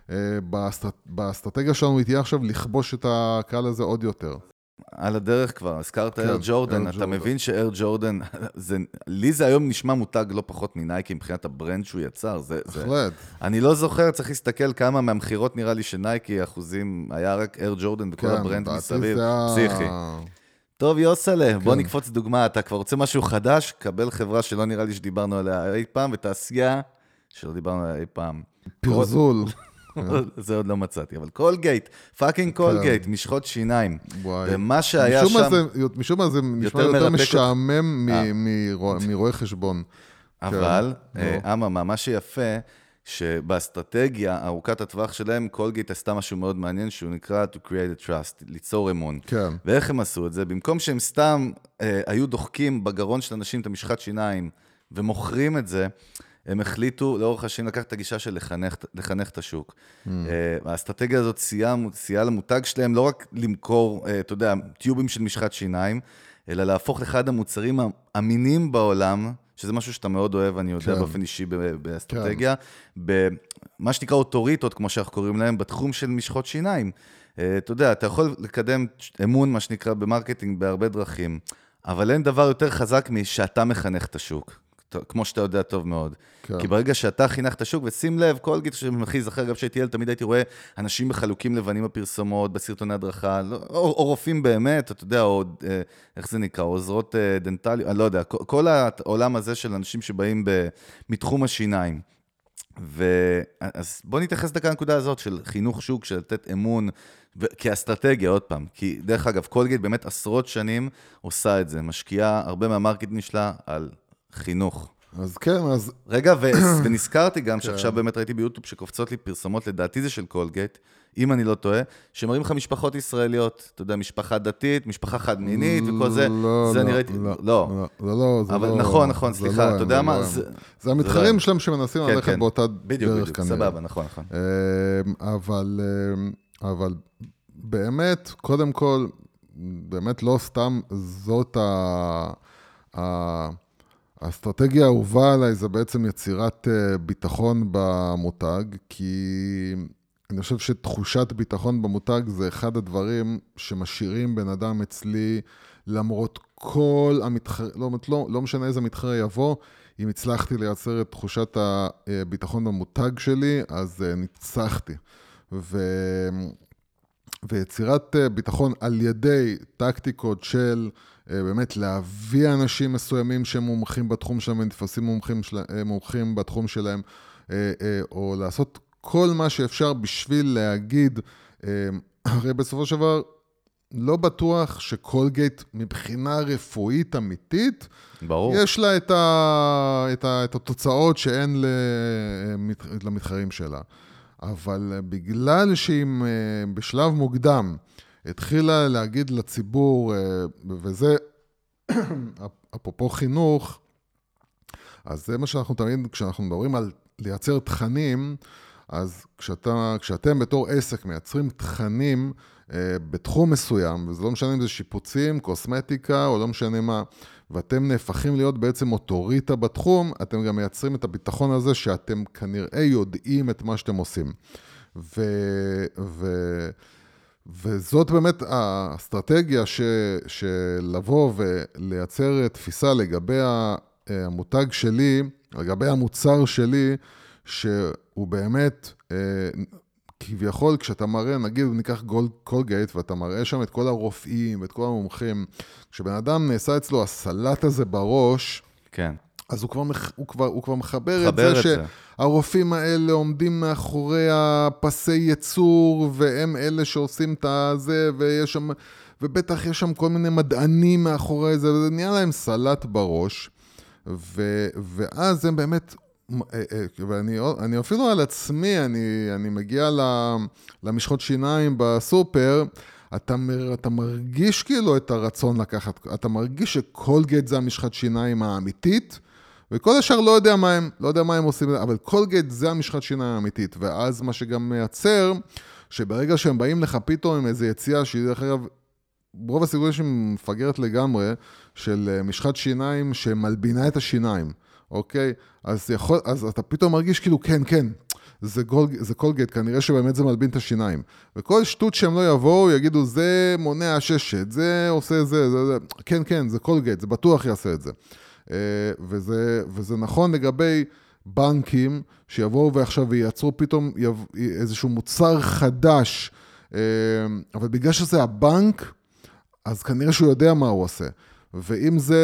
באסטרטגיה שלנו היא תהיה עכשיו לכבוש את הקהל הזה עוד יותר. על הדרך כבר, הזכרת אר ג'ורדן, אתה מבין שאר ג'ורדן, לי זה היום נשמע מותג לא פחות מנייקי מבחינת הברנד שהוא יצר. בהחלט. אני לא זוכר, צריך להסתכל כמה מהמחירות נראה לי שנייקי אחוזים, היה רק אר ג'ורדן וכל הברנד מסביב, פסיכי. טוב יוסלה, בוא נקפוץ דוגמה, אתה כבר רוצה משהו חדש, קבל חברה שלא נראה לי שדיברנו עליה אי פעם, ותעשייה שלא דיברנו עליה אי פעם. פרזול. זה עוד לא מצאתי, אבל קולגייט, פאקינג קולגייט, משחות שיניים. ומה שהיה שם... משום מה זה נשמע יותר משעמם מרואי חשבון. אבל, אממה, מה שיפה, שבאסטרטגיה, ארוכת הטווח שלהם, קולגייט עשתה משהו מאוד מעניין, שהוא נקרא to create a trust, ליצור אמון. כן. ואיך הם עשו את זה? במקום שהם סתם היו דוחקים בגרון של אנשים את המשחת שיניים, ומוכרים את זה, הם החליטו לאורך השנים לקחת את הגישה של לחנך את השוק. האסטרטגיה הזאת סייעה למותג שלהם לא רק למכור, אתה יודע, טיובים של משחת שיניים, אלא להפוך לאחד המוצרים האמינים בעולם, שזה משהו שאתה מאוד אוהב, אני יודע באופן אישי באסטרטגיה, במה שנקרא אוטוריטות, כמו שאנחנו קוראים להם, בתחום של משחות שיניים. אתה יודע, אתה יכול לקדם אמון, מה שנקרא, במרקטינג בהרבה דרכים, אבל אין דבר יותר חזק משאתה מחנך את השוק. כמו שאתה יודע טוב מאוד. כן. כי ברגע שאתה חינך את השוק, ושים לב, כל גיל שמחי זכר, גם שהייתי ילד, תמיד הייתי רואה אנשים בחלוקים לבנים בפרסומות, בסרטוני הדרכה, או רופאים באמת, אתה יודע, או איך זה נקרא, עוזרות דנטליות, אני לא יודע, כל העולם הזה של אנשים שבאים מתחום השיניים. אז בוא נתייחס דקה לנקודה הזאת של חינוך שוק, של לתת אמון, כאסטרטגיה, עוד פעם, כי דרך אגב, קולגייט באמת עשרות שנים עושה את זה, משקיעה הרבה מהמרקטינג שלה על חינוך. אז כן, אז... רגע, ונזכרתי גם שעכשיו באמת ראיתי ביוטיוב שקופצות לי פרסומות, לדעתי זה של קולגייט, אם אני לא טועה, שמראים לך משפחות ישראליות, אתה יודע, משפחה דתית, משפחה חד מינית וכל זה, זה אני ראיתי, לא. אבל נכון, סליחה, אתה יודע מה? זה המתחרים שלהם שמנסים ללכת באותה דרך כנראה. סבבה, נכון. אבל באמת, קודם כל, באמת לא סתם זאת האסטרטגיה האהובה עליי זה בעצם יצירת ביטחון במותג, כי אני חושב שתחושת ביטחון במותג זה אחד הדברים שמשאירים בן אדם אצלי, למרות כל לא משנה איזה מתחרה יבוא, אם הצלחתי לייצר את תחושת הביטחון במותג שלי, אז ניצחתי. ויצירת ביטחון על ידי טקטיקות של באמת להביא אנשים מסוימים שהם מומחים בתחום שלהם ונתפסים מומחים בתחום שלהם, או לעשות כל מה שאפשר בשביל להגיד, הרי בסופו של דבר לא בטוח שקולגייט מבחינה רפואית אמיתית, ברור. יש לה את התוצאות שאין למתחרים שלה. אבל בגלל שהיא בשלב מוקדם התחילה להגיד לציבור, וזה אפרופו חינוך, אז זה מה שאנחנו תמיד, כשאנחנו מדברים על לייצר תכנים, אז כשאתם בתור עסק מייצרים תכנים בתחום מסוים, וזה לא משנה אם זה שיפוצים, קוסמטיקה, או לא משנה מה, ואתם נהפכים להיות בעצם אוטוריטה בתחום, אתם גם מייצרים את הביטחון הזה שאתם כנראה יודעים את מה שאתם עושים. וזאת באמת האסטרטגיה של לבוא ולייצר תפיסה לגבי המותג שלי, לגבי המוצר שלי, שהוא באמת, כביכול, כשאתה מראה, נגיד, ניקח קולגייט, ואתה מראה שם את כל הרופאים ואת כל המומחים, כשבן אדם נעשה אצלו הסלט הזה בראש, כן. אז הוא כבר מחבר את זה שהרופאים האלה עומדים מאחורי הפסי ייצור, והם אלה שעושים את זה, ובטח יש שם כל מיני מדענים מאחורי זה, וזה נהיה להם סלט בראש, ואז הם באמת, ואני אפילו על עצמי, אני מגיע למשחות שיניים בסופר, אתה מרגיש כאילו את הרצון לקחת, אתה מרגיש שקולגייט זה המשחת שיניים האמיתית, וכל השאר לא יודע מה הם עושים, אבל קולגייט זה המשחת שיניים האמיתית, ואז מה שגם מייצר, שברגע שהם באים לך פתאום עם איזו יציאה, שהיא דרך אגב, ברוב הסיכויים שהיא מפגרת לגמרי, של משחת שיניים שמלבינה את השיניים, אוקיי? אז אתה פתאום מרגיש כאילו, כן, זה קולגייט, כנראה שבאמת זה מלבין את השיניים. וכל שטות שהם לא יבואו, יגידו, זה מונע ששת, זה עושה זה. כן, זה קולגייט, זה בטוח יעשה את זה. וזה נכון לגבי בנקים, שיבואו ועכשיו וייצרו פתאום איזשהו מוצר חדש, אבל בגלל שזה הבנק, אז כנראה שהוא יודע מה הוא עושה. ואם זה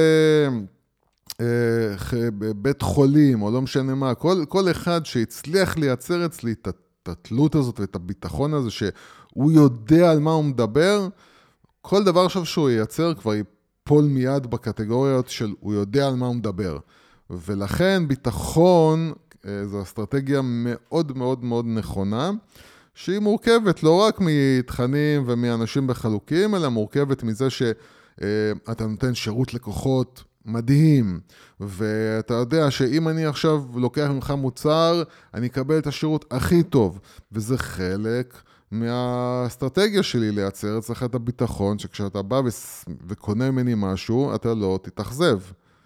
בית חולים, או לא משנה מה, כל אחד שהצליח לייצר אצלי את התלות הזאת ואת הביטחון הזה, שהוא יודע על מה הוא מדבר, כל דבר עכשיו שהוא ייצר כבר ייפול מיד בקטגוריות של הוא יודע על מה הוא מדבר. ולכן ביטחון זו אסטרטגיה מאוד מאוד מאוד נכונה, שהיא מורכבת לא רק מתכנים ומאנשים בחלוקים, אלא מורכבת מזה שאתה נותן שירות לקוחות מדהים, ואתה יודע שאם אני עכשיו לוקח ממך מוצר, אני אקבל את השירות הכי טוב, וזה חלק מהאסטרטגיה שלי לייצר אצלך את הביטחון, שכשאתה בא וקונה ממני משהו, אתה לא תתאכזב.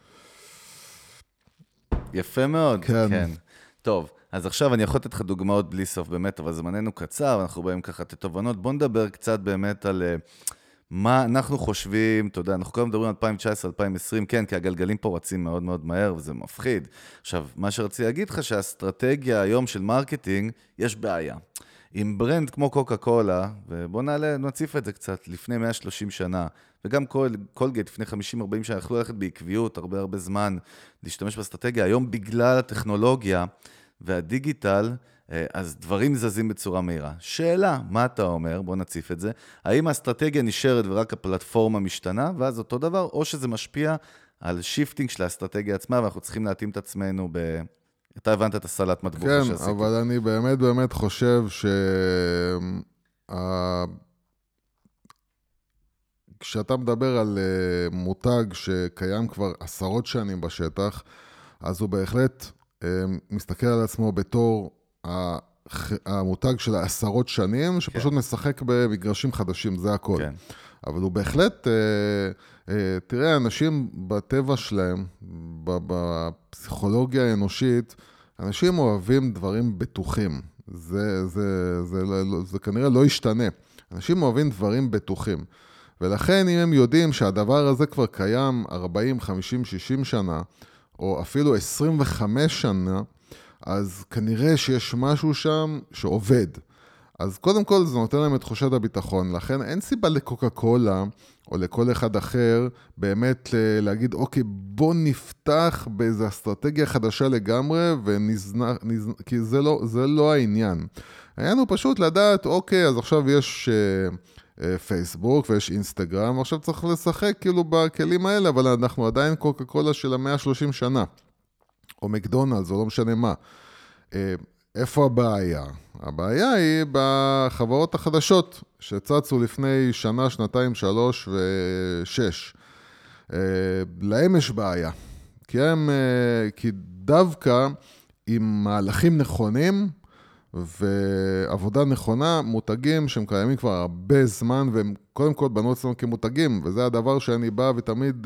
יפה מאוד, כן. כן. טוב, אז עכשיו אני יכול לתת לך דוגמאות בלי סוף באמת, אבל זמננו קצר, אנחנו באים ככה תתובנות. בוא נדבר קצת באמת על מה אנחנו חושבים, אתה יודע, אנחנו כבר מדברים על 2019-2020, כן, כי הגלגלים פה רצים מאוד מאוד מהר, וזה מפחיד. עכשיו, מה שרציתי להגיד לך, שהאסטרטגיה היום של מרקטינג, יש בעיה. עם ברנד כמו קוקה קולה, ובוא נציף את זה קצת, לפני 130 שנה, וגם קולגייט לפני 50-40 שנה, יכלו ללכת בעקביות הרבה זמן, להשתמש באסטרטגיה. היום בגלל הטכנולוגיה והדיגיטל, אז דברים זזים בצורה מהירה. שאלה, מה אתה אומר? בוא נציף את זה. האם האסטרטגיה נשארת ורק הפלטפורמה משתנה, ואז אותו דבר, או שזה משפיע על שיפטינג של האסטרטגיה עצמה, ואנחנו צריכים להתאים את עצמנו אתה הבנת את הסלט מטבוחה שעשיתי. כן, אבל אני באמת חושב כשאתה מדבר על מותג שקיים כבר עשרות שנים בשטח, אז הוא בהחלט מסתכל על עצמו בתור המותג של העשרות שנים, שפשוט משחק במגרשים חדשים, זה הכל. כן. אבל הוא בהחלט, תראה, אנשים בטבע שלהם, בפסיכולוגיה האנושית, אנשים אוהבים דברים בטוחים. זה כנראה לא ישתנה. אנשים אוהבים דברים בטוחים. ולכן אם הם יודעים שהדבר הזה כבר קיים 40, 50, 60 שנה, או אפילו 25 שנה, אז כנראה שיש משהו שם שעובד. אז קודם כל זה נותן להם את תחושת הביטחון, לכן אין סיבה לקוקה קולה, או לכל אחד אחר, באמת להגיד, אוקיי, בוא נפתח באיזו אסטרטגיה חדשה לגמרי, כי זה לא העניין. העניין הוא פשוט לדעת, אוקיי, אז עכשיו יש פייסבוק ויש אינסטגרם, עכשיו צריך לשחק כאילו בכלים האלה, אבל אנחנו עדיין קוקה קולה של 130 שנה, או מקדונלדס, או לא משנה מה. איפה הבעיה? הבעיה היא בחברות החדשות, שצצו לפני שנה, שנתיים, 3 ו6. להם יש בעיה. כי דווקא עם מהלכים נכונים, ועבודה נכונה, מותגים שהם קיימים כבר הרבה זמן, והם קודם כל בנו אצלנו כמותגים, וזה הדבר שאני בא ותמיד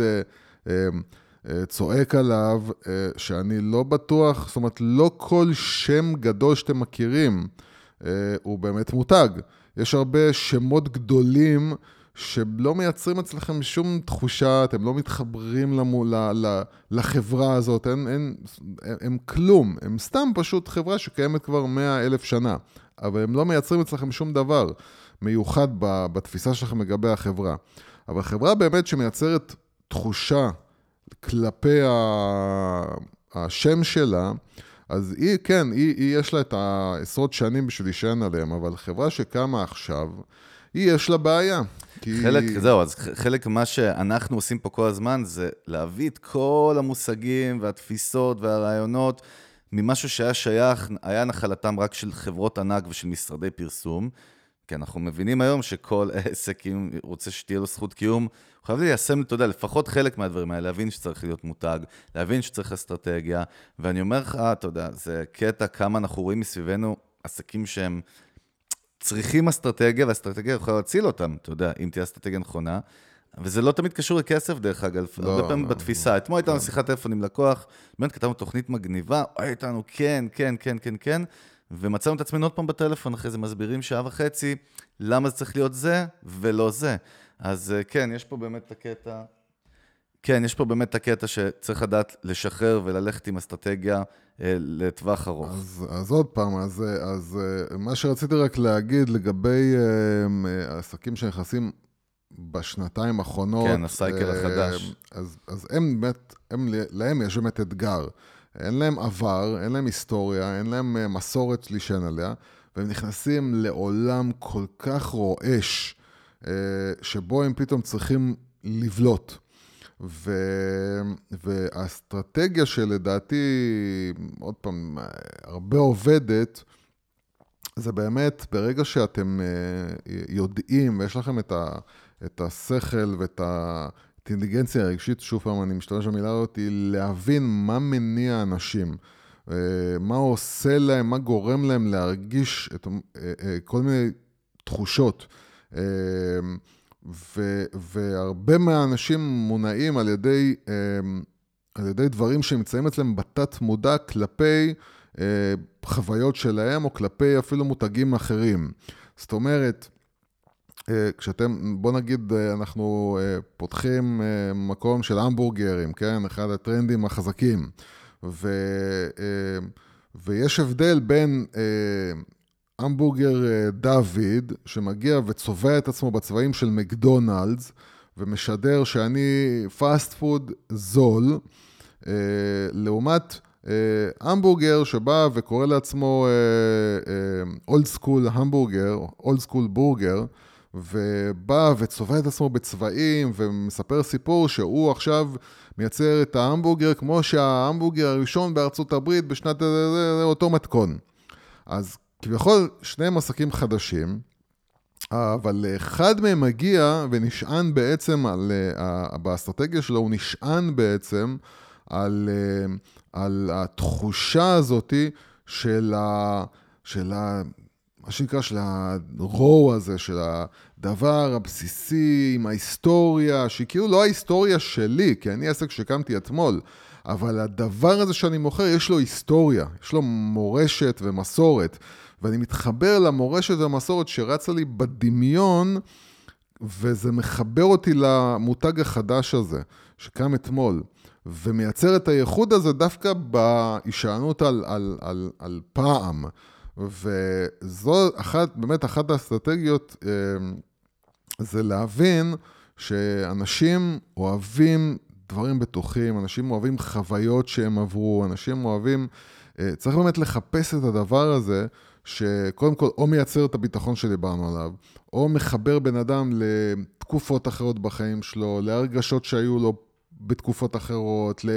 צועק עליו, שאני לא בטוח, זאת אומרת, לא כל שם גדול שאתם מכירים, הוא באמת מותג, יש הרבה שמות גדולים שלא מייצרים אצלכם שום תחושה, אתם לא מתחברים לחברה הזאת, הם כלום, הם סתם פשוט חברה שקיימת כבר 100,000 שנה, אבל הם לא מייצרים אצלכם שום דבר מיוחד בתפיסה שלכם לגבי החברה. אבל חברה באמת שמייצרת תחושה כלפי השם שלה, אז היא, כן, היא יש לה את העשרות שנים בשביל להישען עליהם, אבל חברה שקמה עכשיו, יש לה בעיה. זהו, אז חלק מה שאנחנו עושים פה כל הזמן, זה להביא את כל המושגים והתפיסות והרעיונות, ממשהו שהיה שייך, היה נחלתם רק של חברות ענק ושל משרדי פרסום, כי אנחנו מבינים היום שכל עסק, אם רוצה שתהיה לו זכות קיום, הוא חייב ליישם, אתה יודע, לפחות חלק מהדברים האלה, להבין שצריך להיות מותג, להבין שצריך אסטרטגיה, ואני אומר לך, אתה יודע, זה קטע כמה אנחנו רואים מסביבנו עסקים שהם צריכים אסטרטגיה, והאסטרטגיה יכולה להציל אותם, אתה יודע, אם תהיה אסטרטגיה נכונה, וזה לא תמיד קשור לכסף דרך אגב, הרבה פעמים בתפיסה. אתמול הייתה לנו שיחת טלפון עם לקוח, באמת כתבנו תוכנית מגניבה, הייתנו כן, כן, כן, כן, כן, ומצאנו את עצמנו עוד פעם בטלפון, אחרי זה מסבירים שעה וחצי, למה זה צריך להיות זה ולא זה. אז כן, יש פה באמת את הקטע, את הקטע שצריך לדעת לשחרר וללכת עם אסטרטגיה לטווח ארוך. אז עוד פעם, אז מה שרציתי רק להגיד לגבי עסקים שנכנסים בשנתיים האחרונות, כן, הסייקל החדש. אז הם באמת, להם יש באמת אתגר. אין להם עבר, אין להם היסטוריה, אין להם מסורת להישען עליה, והם נכנסים לעולם כל כך רועש, שבו הם פתאום צריכים לבלוט. והאסטרטגיה שלדעתי, עוד פעם, הרבה עובדת, זה באמת, ברגע שאתם יודעים, ויש לכם את השכל ואת האינטליגנציה הרגשית, שוב פעם, אני משתמש במילה הזאת, להבין מה מניע אנשים, מה עושה להם, מה גורם להם להרגיש כל מיני תחושות. והרבה מהאנשים מונעים על ידי דברים שנמצאים אצלם בתת מודע כלפי חוויות שלהם או כלפי אפילו מותגים אחרים. זאת אומרת, כשאתם, בוא נגיד, אנחנו פותחים מקום של המבורגרים, כן? אחד הטרנדים החזקים, ויש הבדל בין המבורגר דוד, שמגיע וצובע את עצמו בצבעים של מקדונלדס, ומשדר שאני פאסט פוד זול, לעומת המבורגר שבא וקורא לעצמו אולד סקול המבורגר, אולד סקול בורגר, ובא וצובע את עצמו בצבעים, ומספר סיפור שהוא עכשיו מייצר את ההמבורגר, כמו שההמבורגר הראשון בארצות הברית בשנת אותו מתכון. אז כביכול שניהם עסקים חדשים, אבל אחד מהם מגיע ונשען בעצם באסטרטגיה שלו, הוא נשען בעצם על התחושה הזאת של מה שנקרא, של הרוע הזה, של הדבר הבסיסי עם ההיסטוריה, שהיא כאילו לא ההיסטוריה שלי, כי אני עסק שקמתי אתמול, אבל הדבר הזה שאני מוכר, יש לו היסטוריה, יש לו מורשת ומסורת, ואני מתחבר למורשת והמסורת שרצה לי בדמיון, וזה מחבר אותי למותג החדש הזה, שקם אתמול, ומייצר את הייחוד הזה דווקא בהישענות על פעם, וזו באמת אחת האסטרטגיות, זה להבין שאנשים אוהבים דברים בטוחים, אנשים אוהבים חוויות שהם עברו, אנשים אוהבים, צריך באמת לחפש את הדבר הזה, שקודם כל או מייצר את הביטחון שדיברנו עליו, או מחבר בן אדם לתקופות אחרות בחיים שלו, להרגשות שהיו לו בתקופות אחרות,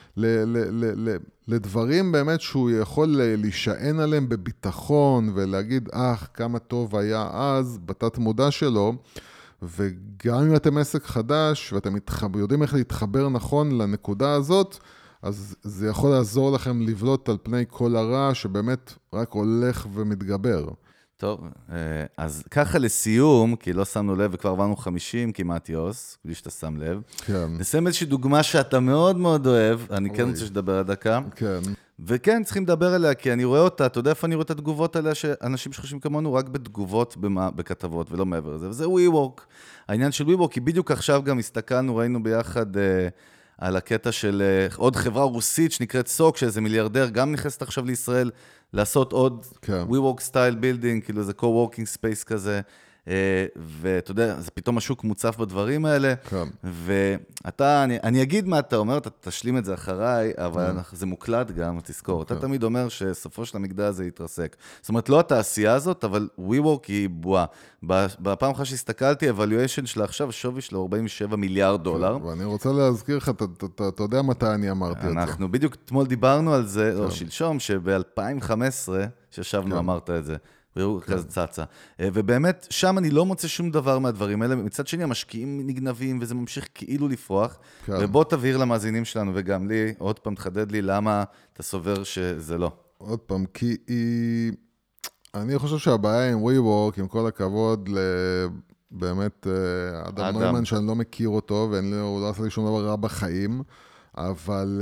לדברים באמת שהוא יכול להישען עליהם בביטחון, ולהגיד, כמה טוב היה אז בתת מודע שלו, וגם אם אתם עסק חדש, ואתם יודעים איך להתחבר נכון לנקודה הזאת, אז זה יכול לעזור לכם לבלוט על פני כל הרע, שבאמת רק הולך ומתגבר. טוב, אז ככה לסיום, כי לא שמנו לב, וכבר עברנו 50 כמעט יוס, בלי שאתה שם לב. כן. נסיים איזושהי דוגמה שאתה מאוד מאוד אוהב, אני כן רוצה שתדבר על דקה. כן. וכן, צריכים לדבר עליה, כי אני רואה אותה, אתה יודע איפה אני רואה את התגובות עליה, שאנשים שחושבים כמונו רק בתגובות בכתבות, ולא מעבר לזה, וזה WeWork. העניין של WeWork, כי בדיוק עכשיו גם הסתכלנו, ראינו ביחד על הקטע של עוד חברה רוסית שנקראת סוק, שאיזה מיליארדר גם נכנסת עכשיו לישראל, לעשות עוד WeWork סטייל בילדינג, כאילו זה co-working space כזה, ואתה יודע, זה פתאום השוק מוצף בדברים האלה, ואתה, אני אגיד מה אתה אומר, אתה תשלים את זה אחריי, אבל זה מוקלט גם, תזכור, אתה תמיד אומר שסופו של המגדל הזה יתרסק. זאת אומרת, לא התעשייה הזאת, אבל WeWork היא בועה. בפעם אחת שהסתכלתי, evaluation שלה עכשיו, שווי שלו 47 מיליארד דולר. ואני רוצה להזכיר לך, אתה יודע מתי אני אמרתי את זה. אנחנו בדיוק אתמול דיברנו על זה, או שלשום, שב-2015, שישבנו אמרת את זה. והוא כזה צצה. ובאמת, שם אני לא מוצא שום דבר מהדברים האלה. מצד שני, המשקיעים נגנבים, וזה ממשיך כאילו לפרוח. ובוא תבהיר למאזינים שלנו, וגם לי, עוד פעם תחדד לי, למה אתה סובר שזה לא. עוד פעם, כי אני חושב שהבעיה עם WeWork, עם כל הכבוד, באמת, אדם נוימן שאני לא מכיר אותו, והוא לא עשה לי שום דבר רע בחיים, אבל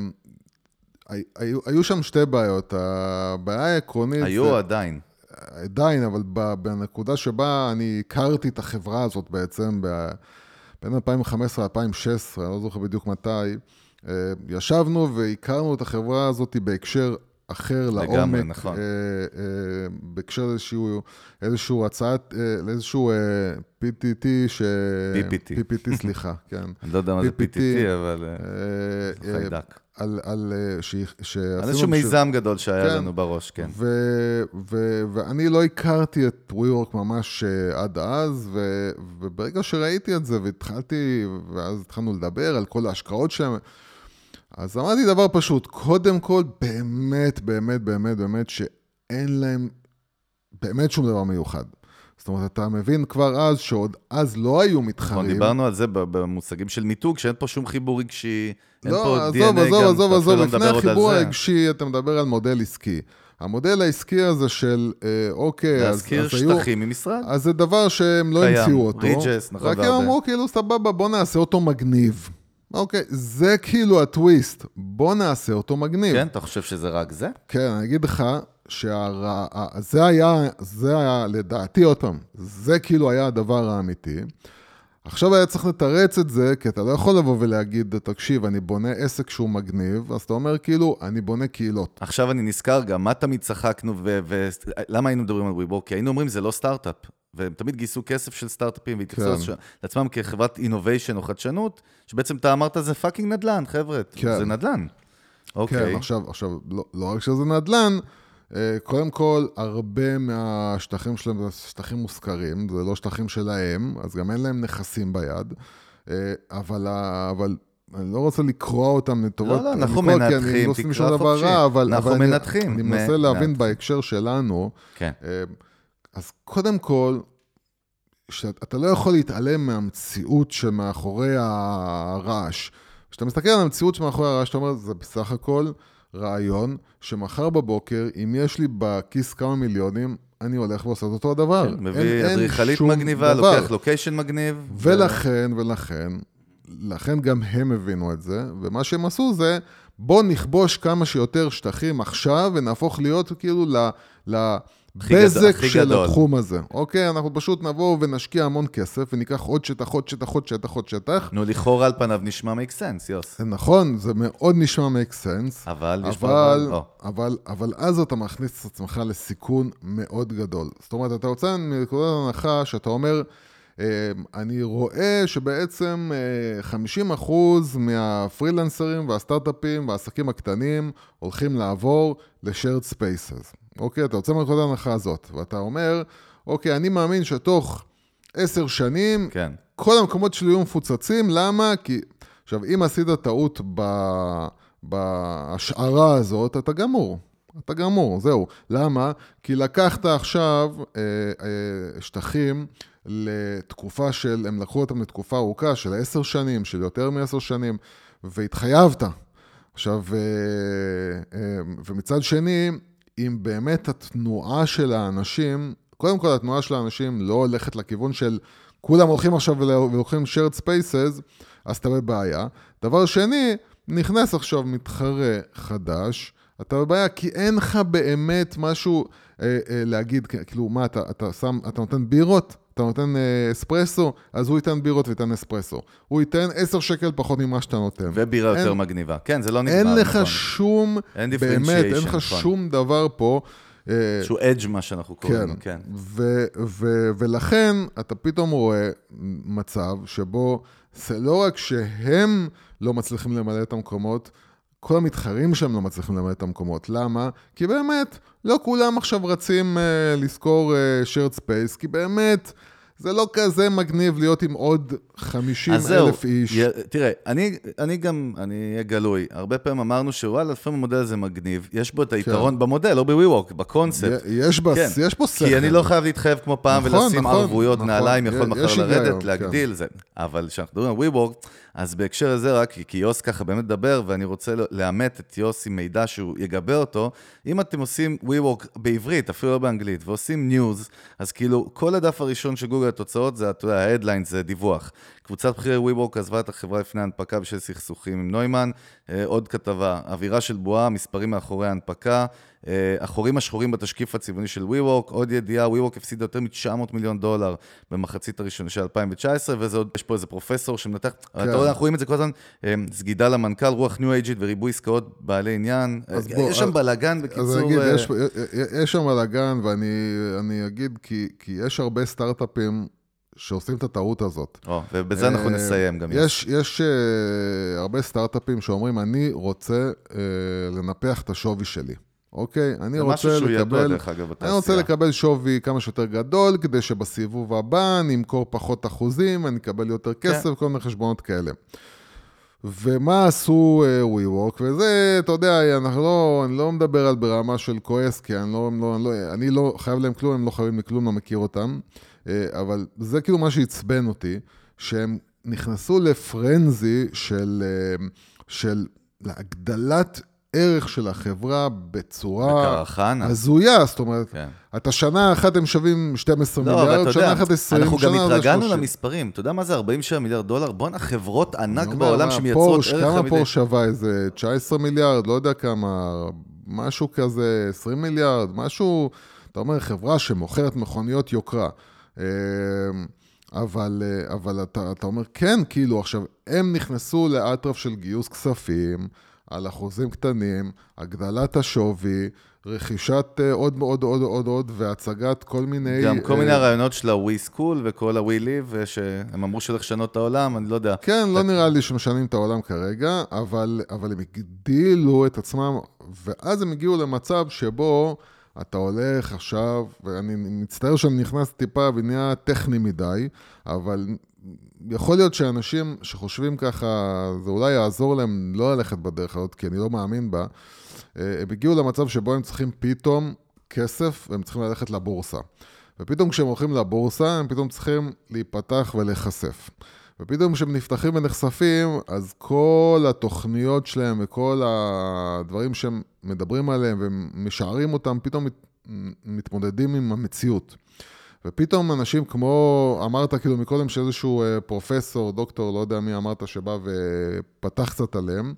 היו שם שתי בעיות. הבעיה העקרונית... היו עדיין, אבל בנקודה שבה אני הכרתי את החברה הזאת בעצם, בין 2015 ל-2016, אני לא זוכר בדיוק מתי, ישבנו והכרנו את החברה הזאת בהקשר אחר לעומק, נכון. בהקשר איזשהו הצעת, איזשהו PTT, PPT, סליחה, כן. אני לא יודע מה זה PTT, אבל חיידק. על איזשהו מיזם גדול שהיה לנו בראש, כן. ואני לא הכרתי את WeWork ממש עד אז, וברגע שראיתי את זה והתחלתי, ואז התחלנו לדבר על כל ההשקעות שלהם, אז אמרתי דבר פשוט, קודם כל באמת שאין להם באמת שום דבר מיוחד. זאת אומרת, אתה מבין כבר אז שעוד אז לא היו מתחרים. דיברנו על זה במושגים של מיתוג, שאין פה שום חיבור רגשי, אין לא, פה DNA גם, עזוב, לפני החיבור הרגשי אתה מדבר על מודל עסקי. המודל העסקי הזה של, אוקיי, להזכיר שטחים ממשרד. אז זה דבר שהם לא המציאו אותו. ריג'ס, נכון. רק הם אמרו, כאילו, סבבה, בוא נעשה אותו מגניב. אוקיי, זה כאילו הטוויסט. בוא נעשה אותו מגניב. כן, אתה חושב שזה רק זה? כן, אני אגיד לך זה היה, לדעתי אותם, זה כאילו היה הדבר האמיתי. עכשיו היה צריך לתרץ את זה, כי אתה לא יכול לבוא ולהגיד, תקשיב, אני בונה עסק שהוא מגניב, אז אתה אומר כאילו, אני בונה קהילות. עכשיו אני נזכר גם, מה תמיד צחקנו, ולמה היינו מדברים על WeWork? כי היינו אומרים, זה לא סטארט-אפ, והם תמיד גייסו כסף של סטארט-אפים, והתייחסו לעצמם כחברת אינוביישן או חדשנות, שבעצם אתה אמרת, זה פאקינג נדל"ן, חבר'ה, זה נדל"ן. כן, עכשיו, לא רק שזה נדל"ן, קודם כל, הרבה מהשטחים שלהם זה שטחים מושכרים, זה לא שטחים שלהם, אז גם אין להם נכסים ביד, אבל אני לא רוצה לקרוא אותם לטובת... לא, אנחנו מנתחים, תקרא חופשי. אנחנו מנתחים. אני מנסה להבין בהקשר שלנו. כן. אז קודם כל, אתה לא יכול להתעלם מהמציאות שמאחורי הרעש. כשאתה מסתכל על המציאות שמאחורי הרעש, אתה אומר, זה בסך הכל רעיון שמחר בבוקר, אם יש לי בכיס כמה מיליונים, אני הולך ועושה את אותו הדבר. כן, מביא אדריכלית מגניבה, לוקח לוקיישן מגניב. ולכן גם הם הבינו את זה, ומה שהם עשו זה, בוא נכבוש כמה שיותר שטחים עכשיו, ונהפוך להיות כאילו בזק של התחום הזה. אוקיי, אנחנו פשוט נבוא ונשקיע המון כסף, וניקח עוד שטח. נו, לכאורה על פניו נשמע make sense, יוס. נכון, זה מאוד נשמע make sense. אבל אז אתה מכניס את עצמך לסיכון מאוד גדול. זאת אומרת, אתה רוצה מנקודת הנחה שאתה אומר, אני רואה שבעצם 50% מהפרילנסרים והסטארט-אפים והעסקים הקטנים הולכים לעבור ל-shared spaces. אוקיי, אתה רוצה מנקודת ההנחה הזאת, ואתה אומר, אוקיי, אני מאמין שתוך 10 שנים, כן. כל המקומות שלי יהיו מפוצצים, למה? כי, עכשיו, אם עשית טעות בהשערה הזאת, אתה גמור, זהו. למה? כי לקחת עכשיו שטחים לתקופה של, הם לקחו אותם לתקופה ארוכה של 10 שנים, של יותר מ10 שנים, והתחייבת. עכשיו, ומצד שני, אם באמת התנועה של האנשים, קודם כל התנועה של האנשים לא הולכת לכיוון של כולם הולכים עכשיו ולוקחים shared spaces, אז אתה בבעיה. דבר שני, נכנס עכשיו מתחרה חדש, אתה בבעיה, כי אין לך באמת משהו להגיד, כאילו, מה, אתה נותן בירות? אתה נותן אספרסו, אז הוא ייתן בירות וייתן אספרסו. הוא ייתן 10 שקל פחות ממה שאתה נותן. ובירה יותר מגניבה. כן, זה לא נגמר. אין לך שום, באמת, אין לך שום דבר פה. שהוא אדג' מה שאנחנו קוראים, כן. ולכן אתה פתאום רואה מצב שבו זה לא רק שהם לא מצליחים למלא את המקומות, כל המתחרים שהם לא מצליחים למלא את המקומות. למה? כי באמת, לא כולם עכשיו רצים לזכור shared space, כי באמת זה לא כזה מגניב להיות עם עוד 50,000 איש. תראה, אני אהיה גלוי. הרבה פעמים אמרנו שוואלה, לפעמים המודל הזה מגניב. יש בו את היתרון במודל, לא ב-WeWork, בקונספט. יש פה שכל. כי אני לא חייב להתחייב כמו פעם ולשים ערבויות נעליים, יכול מחר לרדת, להגדיל זה. אבל כשאנחנו מדברים על WeWork, אז בהקשר הזה רק, כי יוס ככה באמת דבר, ואני רוצה לאמת את יוס עם מידע שהוא יגבר אותו, אם אתם עושים WeWork בעברית, אפילו לא באנגלית, ועושים ניוז, אז כאילו כל הדף הראשון של גוגל התוצאות זה, אתה יודע, ההדליין זה דיווח. קבוצת בחירי WeWork עזבה את החברה לפני ההנפקה בשל סכסוכים עם נוימן, עוד כתבה, אווירה של בועה, מספרים מאחורי ההנפקה, החורים השחורים בתשקיף הצבעוני של WeWork, עוד ידיעה, WeWork הפסידה יותר $900 מיליון במחצית הראשונה של 2019, וזה עוד, יש פה איזה פרופסור שמנתח, אנחנו רואים את זה כל הזמן, סגידה למנכ"ל, רוח ניו אייג'ית וריבוי עסקאות בעלי עניין, יש שם בלגן בקיצור. יש שם בלגן, ואני אגיד, כי יש הרבה סטארט-אפים שעושים את הטעות הזאת. ובזה אנחנו נסיים גם. יש הרבה סטארט-אפים שאומרים, אני רוצה לנפח את השווי שלי. אוקיי? אני רוצה לקבל שווי כמה שיותר גדול, כדי שבסיבוב הבא אני אמכור פחות אחוזים, אני אקבל יותר כסף, כל מיני חשבונות כאלה. ומה עשו WeWork? וזה, אתה יודע, אני לא מדבר על ברמה של כועס, כי אני לא חייב להם כלום, הם לא חייבים לי כלום, לא מכיר אותם. אבל זה כאילו מה שהצבן אותי, שהם נכנסו לפרנזי של להגדלת ערך של החברה בצורה הזויה, זאת אומרת, אתה שנה אחת הם שווים 12 מיליארד, שנה אחת 20, אנחנו גם התרגלנו למספרים, אתה יודע מה זה 47 מיליארד דולר? בוא חברות ענק בעולם שמייצרות ערך כמה פור שווה איזה 19 מיליארד, לא יודע כמה, משהו כזה, 20 מיליארד, משהו, אתה אומר, חברה שמוכרת מכוניות יוקרה, אבל אתה אומר, כן, כאילו, עכשיו, הם נכנסו לאטרף של גיוס כספים, על אחוזים קטנים, הגדלת השווי, רכישת עוד, והצגת כל מיני... גם כל מיני הרעיונות של ה-We School וכל ה-We Live, שהם אמרו של לשנות את העולם, אני לא יודע. כן, לא נראה לי שמשנים את העולם כרגע, אבל הם הגדילו את עצמם, ואז הם הגיעו למצב שבו אתה הולך עכשיו, ואני מצטער שאני נכנס טיפה ונהיה טכני מדי, אבל יכול להיות שאנשים שחושבים ככה, זה אולי יעזור להם לא ללכת בדרך הזאת, כי אני לא מאמין בה, הם הגיעו למצב שבו הם צריכים פתאום כסף, והם צריכים ללכת לבורסה. ופתאום כשהם הולכים לבורסה, הם פתאום צריכים להיפתח ולהיחשף. ופתאום כשהם נפתחים ונחשפים, אז כל התוכניות שלהם וכל הדברים שהם מדברים עליהם ומשערים אותם, פתאום מתמודדים עם המציאות. ופתאום אנשים כמו, אמרת כאילו מקודם שאיזשהו פרופסור, דוקטור, לא יודע מי אמרת שבא ופתח קצת עליהם,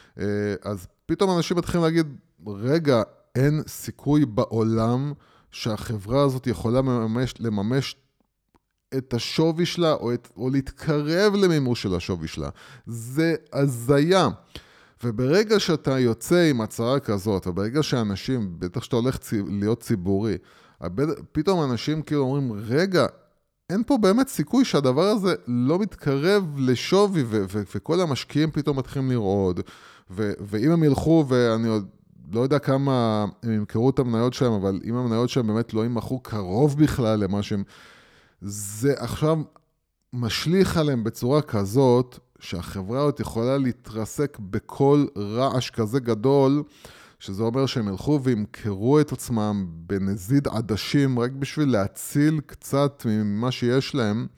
אז פתאום אנשים מתחילים להגיד, רגע, אין סיכוי בעולם שהחברה הזאת יכולה לממש את השווי שלה, או להתקרב למימוש של השווי שלה. זה הזיה. וברגע שאתה יוצא עם הצהרה כזאת, וברגע שאנשים, בטח שאתה הולך להיות ציבורי, פתאום אנשים כאילו אומרים, רגע, אין פה באמת סיכוי שהדבר הזה לא מתקרב לשווי, וכל המשקיעים פתאום מתחילים לראות, ואם הם ילכו, ואני עוד לא יודע כמה הם ימכרו את המניות שלהם, אבל אם המניות שלהם באמת לא ימכרו קרוב בכלל למה שהם, זה עכשיו משליך עליהם בצורה כזאת, שהחברה הזאת יכולה להתרסק בכל רעש כזה גדול, שזה אומר שהם ילכו וימכרו את עצמם בנזיד עדשים, רק בשביל להציל קצת ממה שיש להם.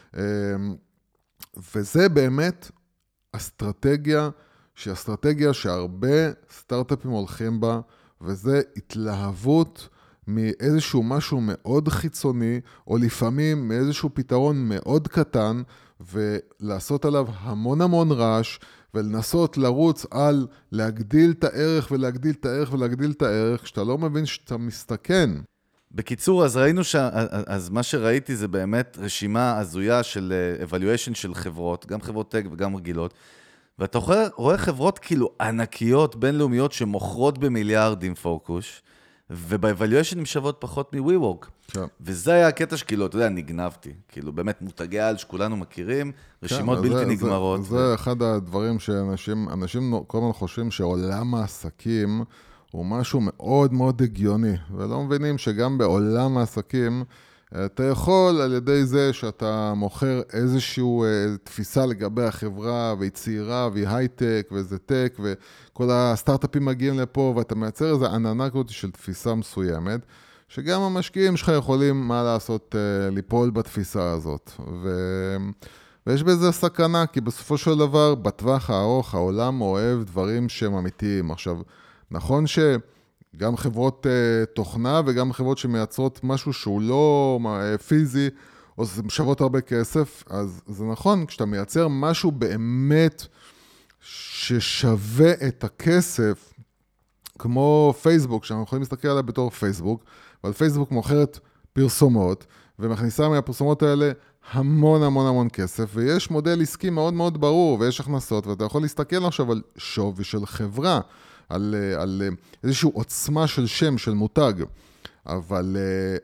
וזה באמת אסטרטגיה, שהיא אסטרטגיה שהרבה סטארט-אפים הולכים בה, וזה התלהבות מאיזשהו משהו מאוד חיצוני, או לפעמים מאיזשהו פתרון מאוד קטן, ולעשות עליו המון המון רעש, ולנסות לרוץ על להגדיל את הערך ולהגדיל את הערך ולהגדיל את הערך, כשאתה לא מבין שאתה מסתכן. בקיצור, אז ראינו אז מה שראיתי זה באמת רשימה הזויה של evaluation של חברות, גם חברות טק וגם רגילות, ואתה רואה חברות כאילו ענקיות, בינלאומיות, שמוכרות במיליארדים פוקוש, וב-evaluation הן שוות פחות מ-WeWork. כן. וזה היה הקטע שכאילו, אתה יודע, נגנבתי. כאילו, באמת מותגי על שכולנו מכירים, רשימות כן, בלתי נגמרות. זה אחד הדברים שאנשים כל הזמן חושבים שעולם העסקים הוא משהו מאוד מאוד הגיוני, ולא מבינים שגם בעולם העסקים, אתה יכול על ידי זה שאתה מוכר איזושהי תפיסה לגבי החברה, והיא צעירה, והיא הייטק, וזה טק, וכל הסטארט-אפים מגיעים לפה, ואתה מייצר איזו עננה כזאת של תפיסה מסוימת, שגם המשקיעים שלך יכולים, מה לעשות, ליפול בתפיסה הזאת. ויש בזה סכנה, כי בסופו של דבר, בטווח הארוך, העולם אוהב דברים שהם אמיתיים. עכשיו, נכון שגם חברות תוכנה וגם חברות שמייצרות משהו שהוא לא פיזי, או זה משוות הרבה כסף, אז זה נכון, כשאתה מייצר משהו באמת ששווה את הכסף, כמו פייסבוק, שאנחנו יכולים להסתכל עליה בתור פייסבוק, אבל פייסבוק מוכרת פרסומות, ומכניסה מהפרסומות האלה המון המון המון כסף, ויש מודל עסקי מאוד מאוד ברור, ויש הכנסות, ואתה יכול להסתכל עכשיו על שווי של חברה, על איזושהי עוצמה של שם, של מותג, אבל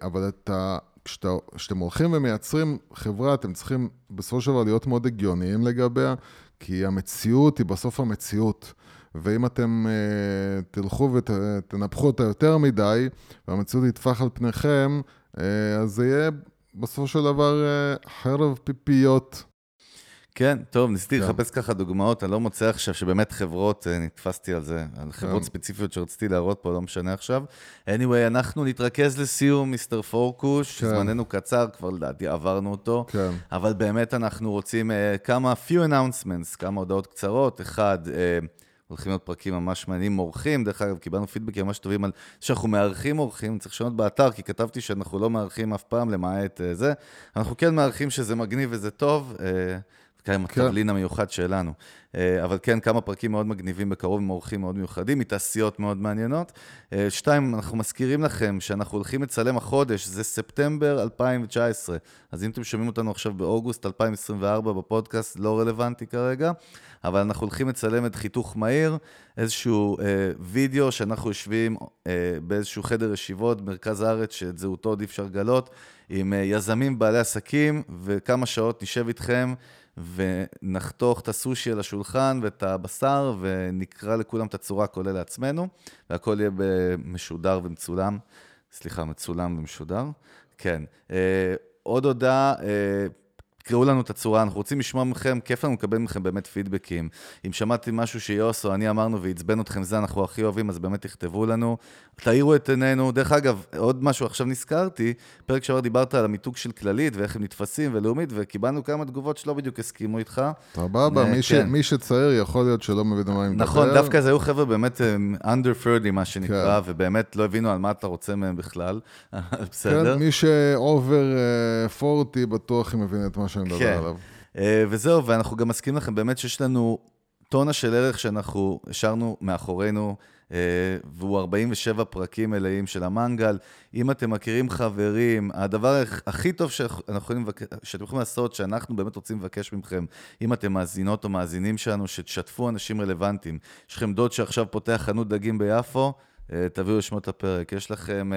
כשאתם הולכים ומייצרים חברה, אתם צריכים בסופו של דבר להיות מאוד הגיוניים לגביה, כי המציאות היא בסוף המציאות, ואם אתם תלכו ותנפחו אותה יותר מדי, והמציאות יתפח על פניכם, אז זה יהיה בסופו של דבר חרב פיפיות. כן, טוב, ניסיתי לחפש ככה דוגמאות, אני לא מוצא עכשיו שבאמת חברות, נתפסתי על זה, על חברות ספציפיות שרציתי להראות פה, לא משנה עכשיו. anyway, אנחנו נתרכז לסיום, מיסטר פורקוש, זמננו קצר, כבר לדעתי עברנו אותו, אבל באמת אנחנו רוצים כמה few announcements, כמה הודעות קצרות, אחד, הולכים להיות פרקים ממש מעניינים, מורחים, דרך אגב, קיבלנו פידבקים ממש טובים על שאנחנו מארחים מורחים, צריך לשנות באתר, כי כתבתי שאנחנו לא מארחים אף פעם, למעט זה. אנחנו כן מארחים שזה מגניב וזה טוב, עם התבלין המיוחד שלנו. אבל כן, כמה פרקים מאוד מגניבים בקרוב, עם אורחים מאוד מיוחדים, מתעשיות מאוד מעניינות. 2, אנחנו מזכירים לכם שאנחנו הולכים לצלם החודש, זה ספטמבר 2019. אז אם אתם שומעים אותנו עכשיו באוגוסט 2024 בפודקאסט, לא רלוונטי כרגע, אבל אנחנו הולכים לצלם את חיתוך מהיר, איזשהו וידאו שאנחנו יושבים באיזשהו חדר ישיבות במרכז הארץ, שאת זהותו עוד אפשר גלות, עם יזמים בעלי עסקים, וכמה שעות נשב איתכם, ונחתוך את הסושי על השולחן ואת הבשר, ונקרא לכולם את הצורה כולל לעצמנו, והכל יהיה משודר ומצולם. סליחה, מצולם ומשודר. כן. עוד הודעה, תקראו לנו את הצורה, אנחנו רוצים לשמוע מכם, כיף לנו לקבל מכם באמת פידבקים. אם שמעתי משהו שיוס או אני אמרנו והצבן אתכם זה, אנחנו הכי אוהבים, אז באמת תכתבו לנו, תאירו את עינינו. דרך אגב, עוד משהו עכשיו נזכרתי, פרק שעבר דיברת על המיתוג של כללית, ואיך הם נתפסים ולאומית, וקיבלנו כמה תגובות שלא בדיוק הסכימו איתך. סבבה, מי שצעיר יכול להיות שלא מבין מה אני מדבר. נכון, דווקא זה היו חבר'ה באמת under 30, מה שנקרא, ובאמת לא הבינו על מה אתה רוצה מהם בכלל. בסדר? כן, מי שאובר 40 בטוח הם מבין את מה שאני מדבר עליו. וזהו, ואנחנו גם מסכים לכם באמת שיש לנו טונה של ערך שאנחנו השארנו מאחורינו, והוא 47 פרקים מלאים של המנגל. אם אתם מכירים חברים, הדבר הכי טוב שאתם יכולים לעשות, שאנחנו באמת רוצים לבקש מכם, אם אתם מאזינות או מאזינים שלנו, שתשתפו אנשים רלוונטיים. יש לכם דוד שעכשיו פותח חנות דגים ביפו, תביאו לשמות הפרק. יש לכם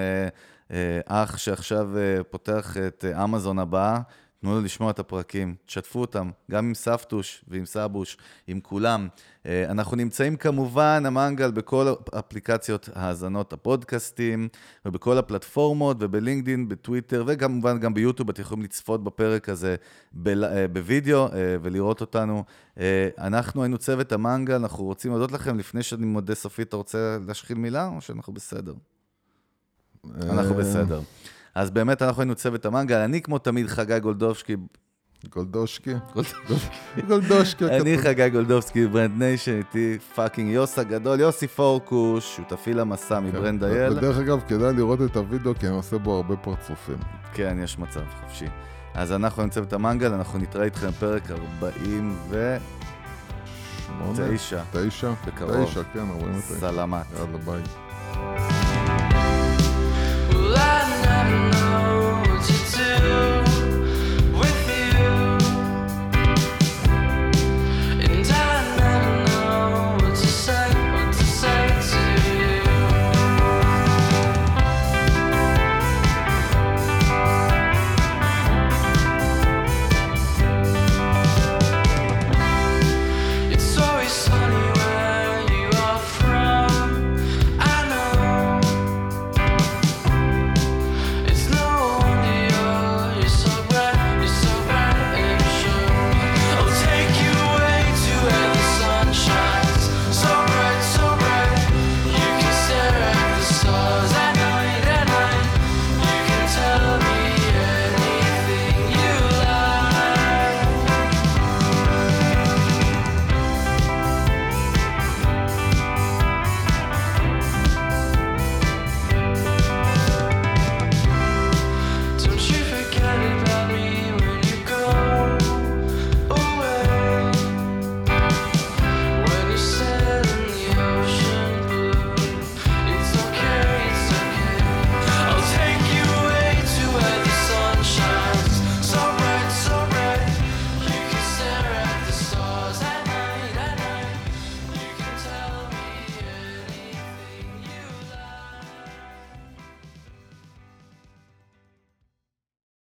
אח שעכשיו פותח את אמזון הבאה, תנו לו לשמוע את הפרקים, תשתפו אותם, גם עם סבתוש ועם סבוש, עם כולם. אנחנו נמצאים כמובן, המנגל, בכל אפליקציות האזנות הפודקאסטים, ובכל הפלטפורמות, ובלינקדין, בטוויטר, וכמובן גם ביוטיוב, אתם יכולים לצפות בפרק הזה בווידאו, ולראות אותנו. אנחנו היינו צוות המנגל, אנחנו רוצים להודות לכם, לפני שאני מודה סופית, אתה רוצה להשחיל מילה, או שאנחנו בסדר? אנחנו בסדר. אז באמת אנחנו היינו צוות המנגל, אני כמו תמיד חגי גולדובסקי. גולדושקי? אני חגי גולדובסקי בברנד ניישן, איתי פאקינג יוס הגדול, יוסי פורקוש, שותפי למסע מברנד אייל. בדרך אגב, כדאי לראות את הוידאו, כי אני עושה בו הרבה פרצופים. כן, יש מצב חופשי. אז אנחנו היינו צוות המנגל, אנחנו נתראה איתכם פרק 40 8? 9. 9? בקרוב. 9, כן, 49. סלמת. יאללה, ביי.